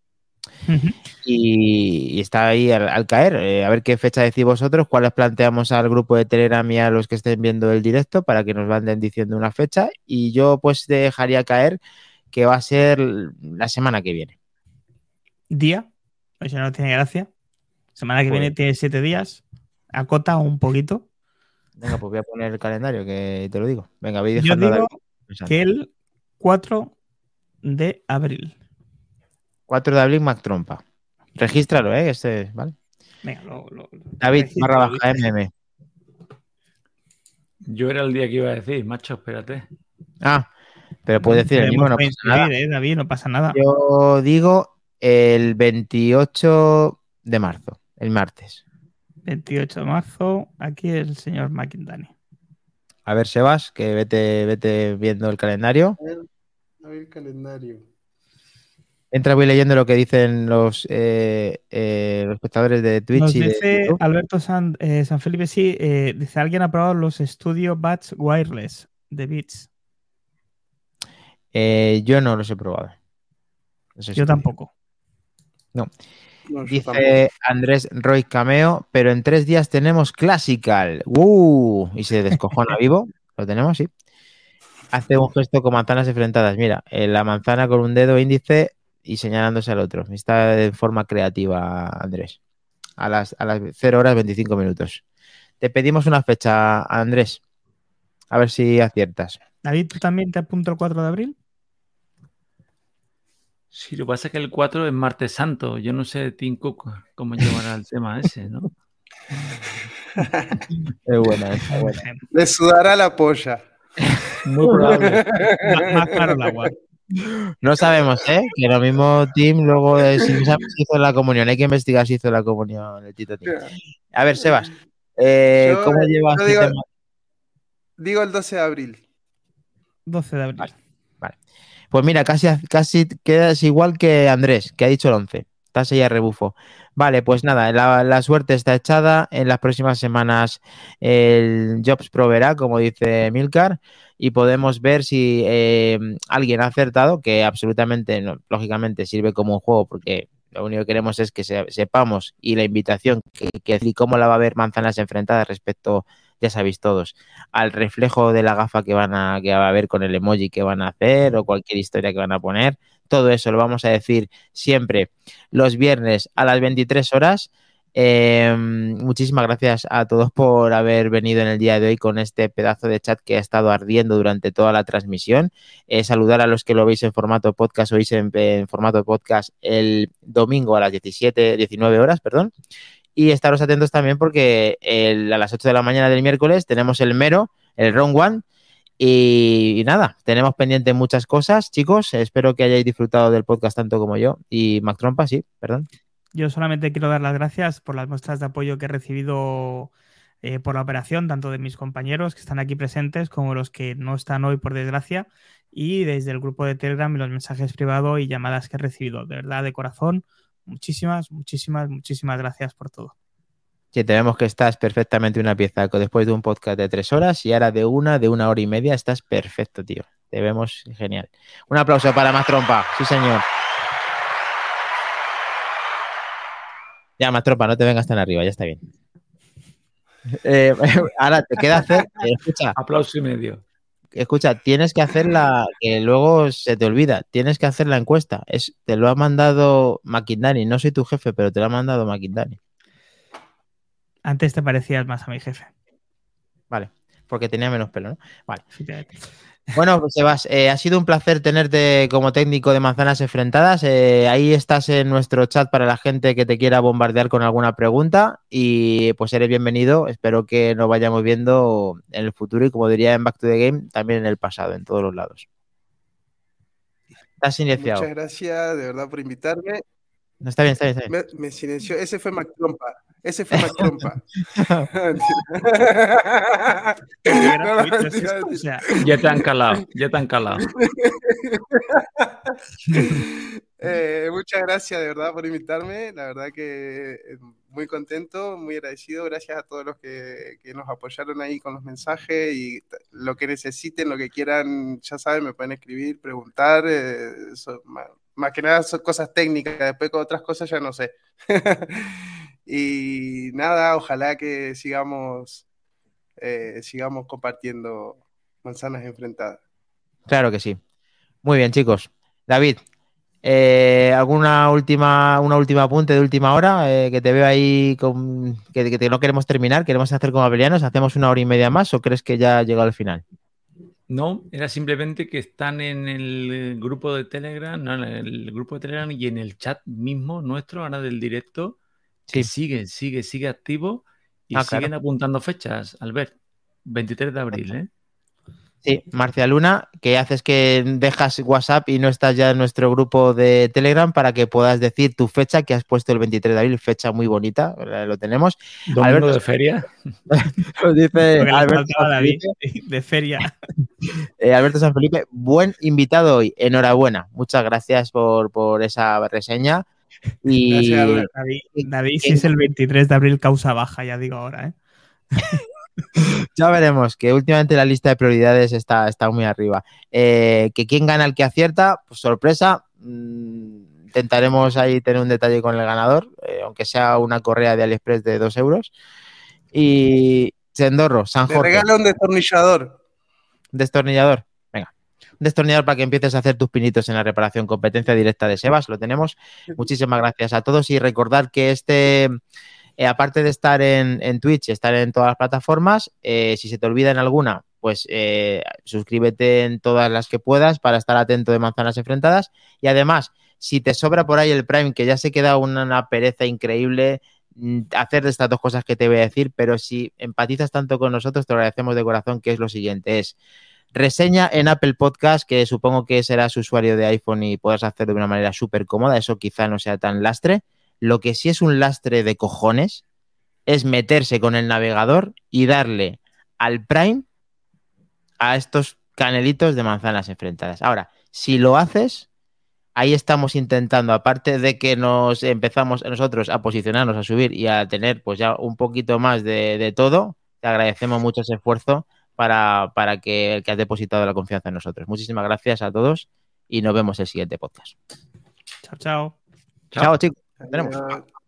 Y está ahí al caer. A ver qué fecha decís vosotros, cuáles planteamos al grupo de Telegram y a los que estén viendo el directo para que nos vayan diciendo una fecha. Y yo pues dejaría caer que va a ser la semana que viene. ¿Día? O sea, no tiene gracia. Semana que viene tiene 7 días. Acota un poquito. Venga, pues voy a poner el calendario que te lo digo. Venga, voy dejando. Yo digo pensando. que el 4 de abril. 4 de abril, Mactrompa. Regístralo, ¿vale? Venga, David, _MM. Yo era el día que iba a decir, macho, espérate. Pero puedes decir el mismo, no pasa nada. David, no pasa nada. Yo digo el 28 de marzo, el martes. 28 de marzo, aquí el señor McIntyre. A ver, Sebas, que vete viendo el calendario. A ver el calendario. Entra, voy leyendo lo que dicen los espectadores de Twitch. Nos y dice de YouTube. Alberto San Felipe, sí, dice, ¿alguien ha probado los Studio Buds Wireless de Beats? Yo no los he probado. Yo tampoco. No. Dice Andrés Roy Cameo, pero en 3 días tenemos Classical. Y se descojona vivo. Lo tenemos, sí. Hace un gesto con manzanas enfrentadas. Mira, la manzana con un dedo índice y señalándose al otro. Está de forma creativa, Andrés. A las 0 horas 25 minutos. Te pedimos una fecha, Andrés. A ver si aciertas. David, ¿tú también te apuntas el 4 de abril? Sí, lo que pasa es que el 4 es Martes Santo. Yo no sé, Tim Cook, cómo llevará el tema ese, ¿no? Es buena. Le sudará la polla. Muy probable. Más claro el agua. No sabemos, ¿eh? Que lo mismo Tim luego si hizo la comunión. Hay que investigar si hizo la comunión el Tito Tim. A ver, Sebas, ¿cómo llevas el tema? Digo el 12 de abril. 12 de abril. Vale. Pues mira, casi quedas igual que Andrés, que ha dicho el 11. Estás ahí a rebufo. Vale, pues nada, la suerte está echada. En las próximas semanas el Jobs proveerá, como dice Milcar, y podemos ver si alguien ha acertado, que absolutamente, no, lógicamente, sirve como un juego, porque lo único que queremos es que sepamos y la invitación y cómo la va a ver Manzanas enfrentadas respecto, ya sabéis todos, al reflejo de la gafa que va a ver con el emoji que van a hacer o cualquier historia que van a poner. Todo eso lo vamos a decir siempre los viernes a las 23 horas. Muchísimas gracias a todos por haber venido en el día de hoy con este pedazo de chat que ha estado ardiendo durante toda la transmisión. Saludar a los que lo veis en formato podcast, oís en formato podcast el domingo a las 19 horas, perdón. Y estaros atentos también porque a las 8 de la mañana del miércoles tenemos el mero, el round one. Y nada, tenemos pendiente muchas cosas, chicos. Espero que hayáis disfrutado del podcast tanto como yo. Y Mactrompa, sí, perdón. Yo solamente quiero dar las gracias por las muestras de apoyo que he recibido por la operación, tanto de mis compañeros que están aquí presentes como los que no están hoy, por desgracia. y desde el grupo de Telegram y los mensajes privados y llamadas que he recibido. De verdad, de corazón, muchísimas gracias por todo. Sí, te vemos que estás perfectamente una pieza después de un podcast de 3 horas y ahora de una hora y media. Estás perfecto, tío. Te vemos genial. Un aplauso para Más Trompa. Sí, señor. Ya, Más Trompa, no te vengas tan arriba, ya está bien. Ahora te queda hacer. Escucha. Aplauso y medio. Escucha, tienes que hacerla, que luego se te olvida. Tienes que hacer la encuesta. Te lo ha mandado McIndani. No soy tu jefe, pero te lo ha mandado McIndani. Antes te parecías más a mi jefe. Vale, porque tenía menos pelo, ¿no? Vale. Fíjate. Bueno, pues Sebas, ha sido un placer tenerte como técnico de Manzanas Enfrentadas. Ahí estás en nuestro chat para la gente que te quiera bombardear con alguna pregunta y pues eres bienvenido. Espero que nos vayamos viendo en el futuro y, como diría en Back to the Game, también en el pasado, en todos los lados. Estás silenciado. Muchas gracias, de verdad, por invitarme. No, está bien, está bien, está bien. Me silenció. Ese fue Mac Trompa. Ese fue Mac Trompa. Ya te han calado, ya te han calado. Muchas gracias, de verdad, por invitarme. La verdad que muy contento, muy agradecido. Gracias a todos los que nos apoyaron ahí con los mensajes y lo que necesiten, lo que quieran, ya saben, me pueden escribir, preguntar. Más que nada son cosas técnicas, después con otras cosas ya no sé. Y nada, ojalá que sigamos compartiendo manzanas enfrentadas. Claro que sí. Muy bien, chicos. David, ¿alguna última apunte de última hora? Que te veo ahí que no queremos terminar, queremos hacer como abelianos. ¿Hacemos una hora y media más o crees que ya ha llegado al final? No, era simplemente que están en el grupo de Telegram, no, en el grupo de Telegram y en el chat mismo nuestro, ahora del directo, que sigue activo y siguen apuntando fechas, Albert. 23 de abril, ¿eh? Sí, Marcia Luna, que haces que dejas WhatsApp y no estás ya en nuestro grupo de Telegram para que puedas decir tu fecha, que has puesto el 23 de abril, fecha muy bonita, lo tenemos. Domingo Alberto, de feria. Nos dice Alberto David, de feria. Alberto San Felipe, buen invitado hoy, enhorabuena. Muchas gracias por esa reseña. Y gracias, David, si es el 23 de abril, causa baja, ya digo ahora, ¿eh? Ya veremos, que últimamente la lista de prioridades está muy arriba. Que quién gana el que acierta, pues sorpresa. Intentaremos ahí tener un detalle con el ganador, aunque sea una correa de AliExpress de 2 euros. Y Sendorro, San Jorge. Te regalo un destornillador. ¿Un destornillador? Venga. Un destornillador para que empieces a hacer tus pinitos en la reparación. Competencia directa de Sebas, lo tenemos. Muchísimas gracias a todos y recordad que aparte de estar en Twitch, estar en todas las plataformas, si se te olvida en alguna, pues suscríbete en todas las que puedas para estar atento de Manzanas Enfrentadas. Y además, si te sobra por ahí el Prime, que ya se queda una pereza increíble hacer de estas dos cosas que te voy a decir, pero si empatizas tanto con nosotros, te lo agradecemos de corazón, que es lo siguiente, es reseña en Apple Podcast, que supongo que serás usuario de iPhone y podrás hacerlo de una manera súper cómoda, eso quizá no sea tan lastre. Lo que sí es un lastre de cojones es meterse con el navegador y darle al Prime a estos canelitos de Manzanas Enfrentadas. Ahora, si lo haces, ahí estamos intentando, aparte de que nos empezamos nosotros a posicionarnos, a subir y a tener pues ya un poquito más de todo, te agradecemos mucho ese esfuerzo para que el que has depositado la confianza en nosotros. Muchísimas gracias a todos y nos vemos en el siguiente podcast. Chao, chao. Chao, chicos. Tenemos.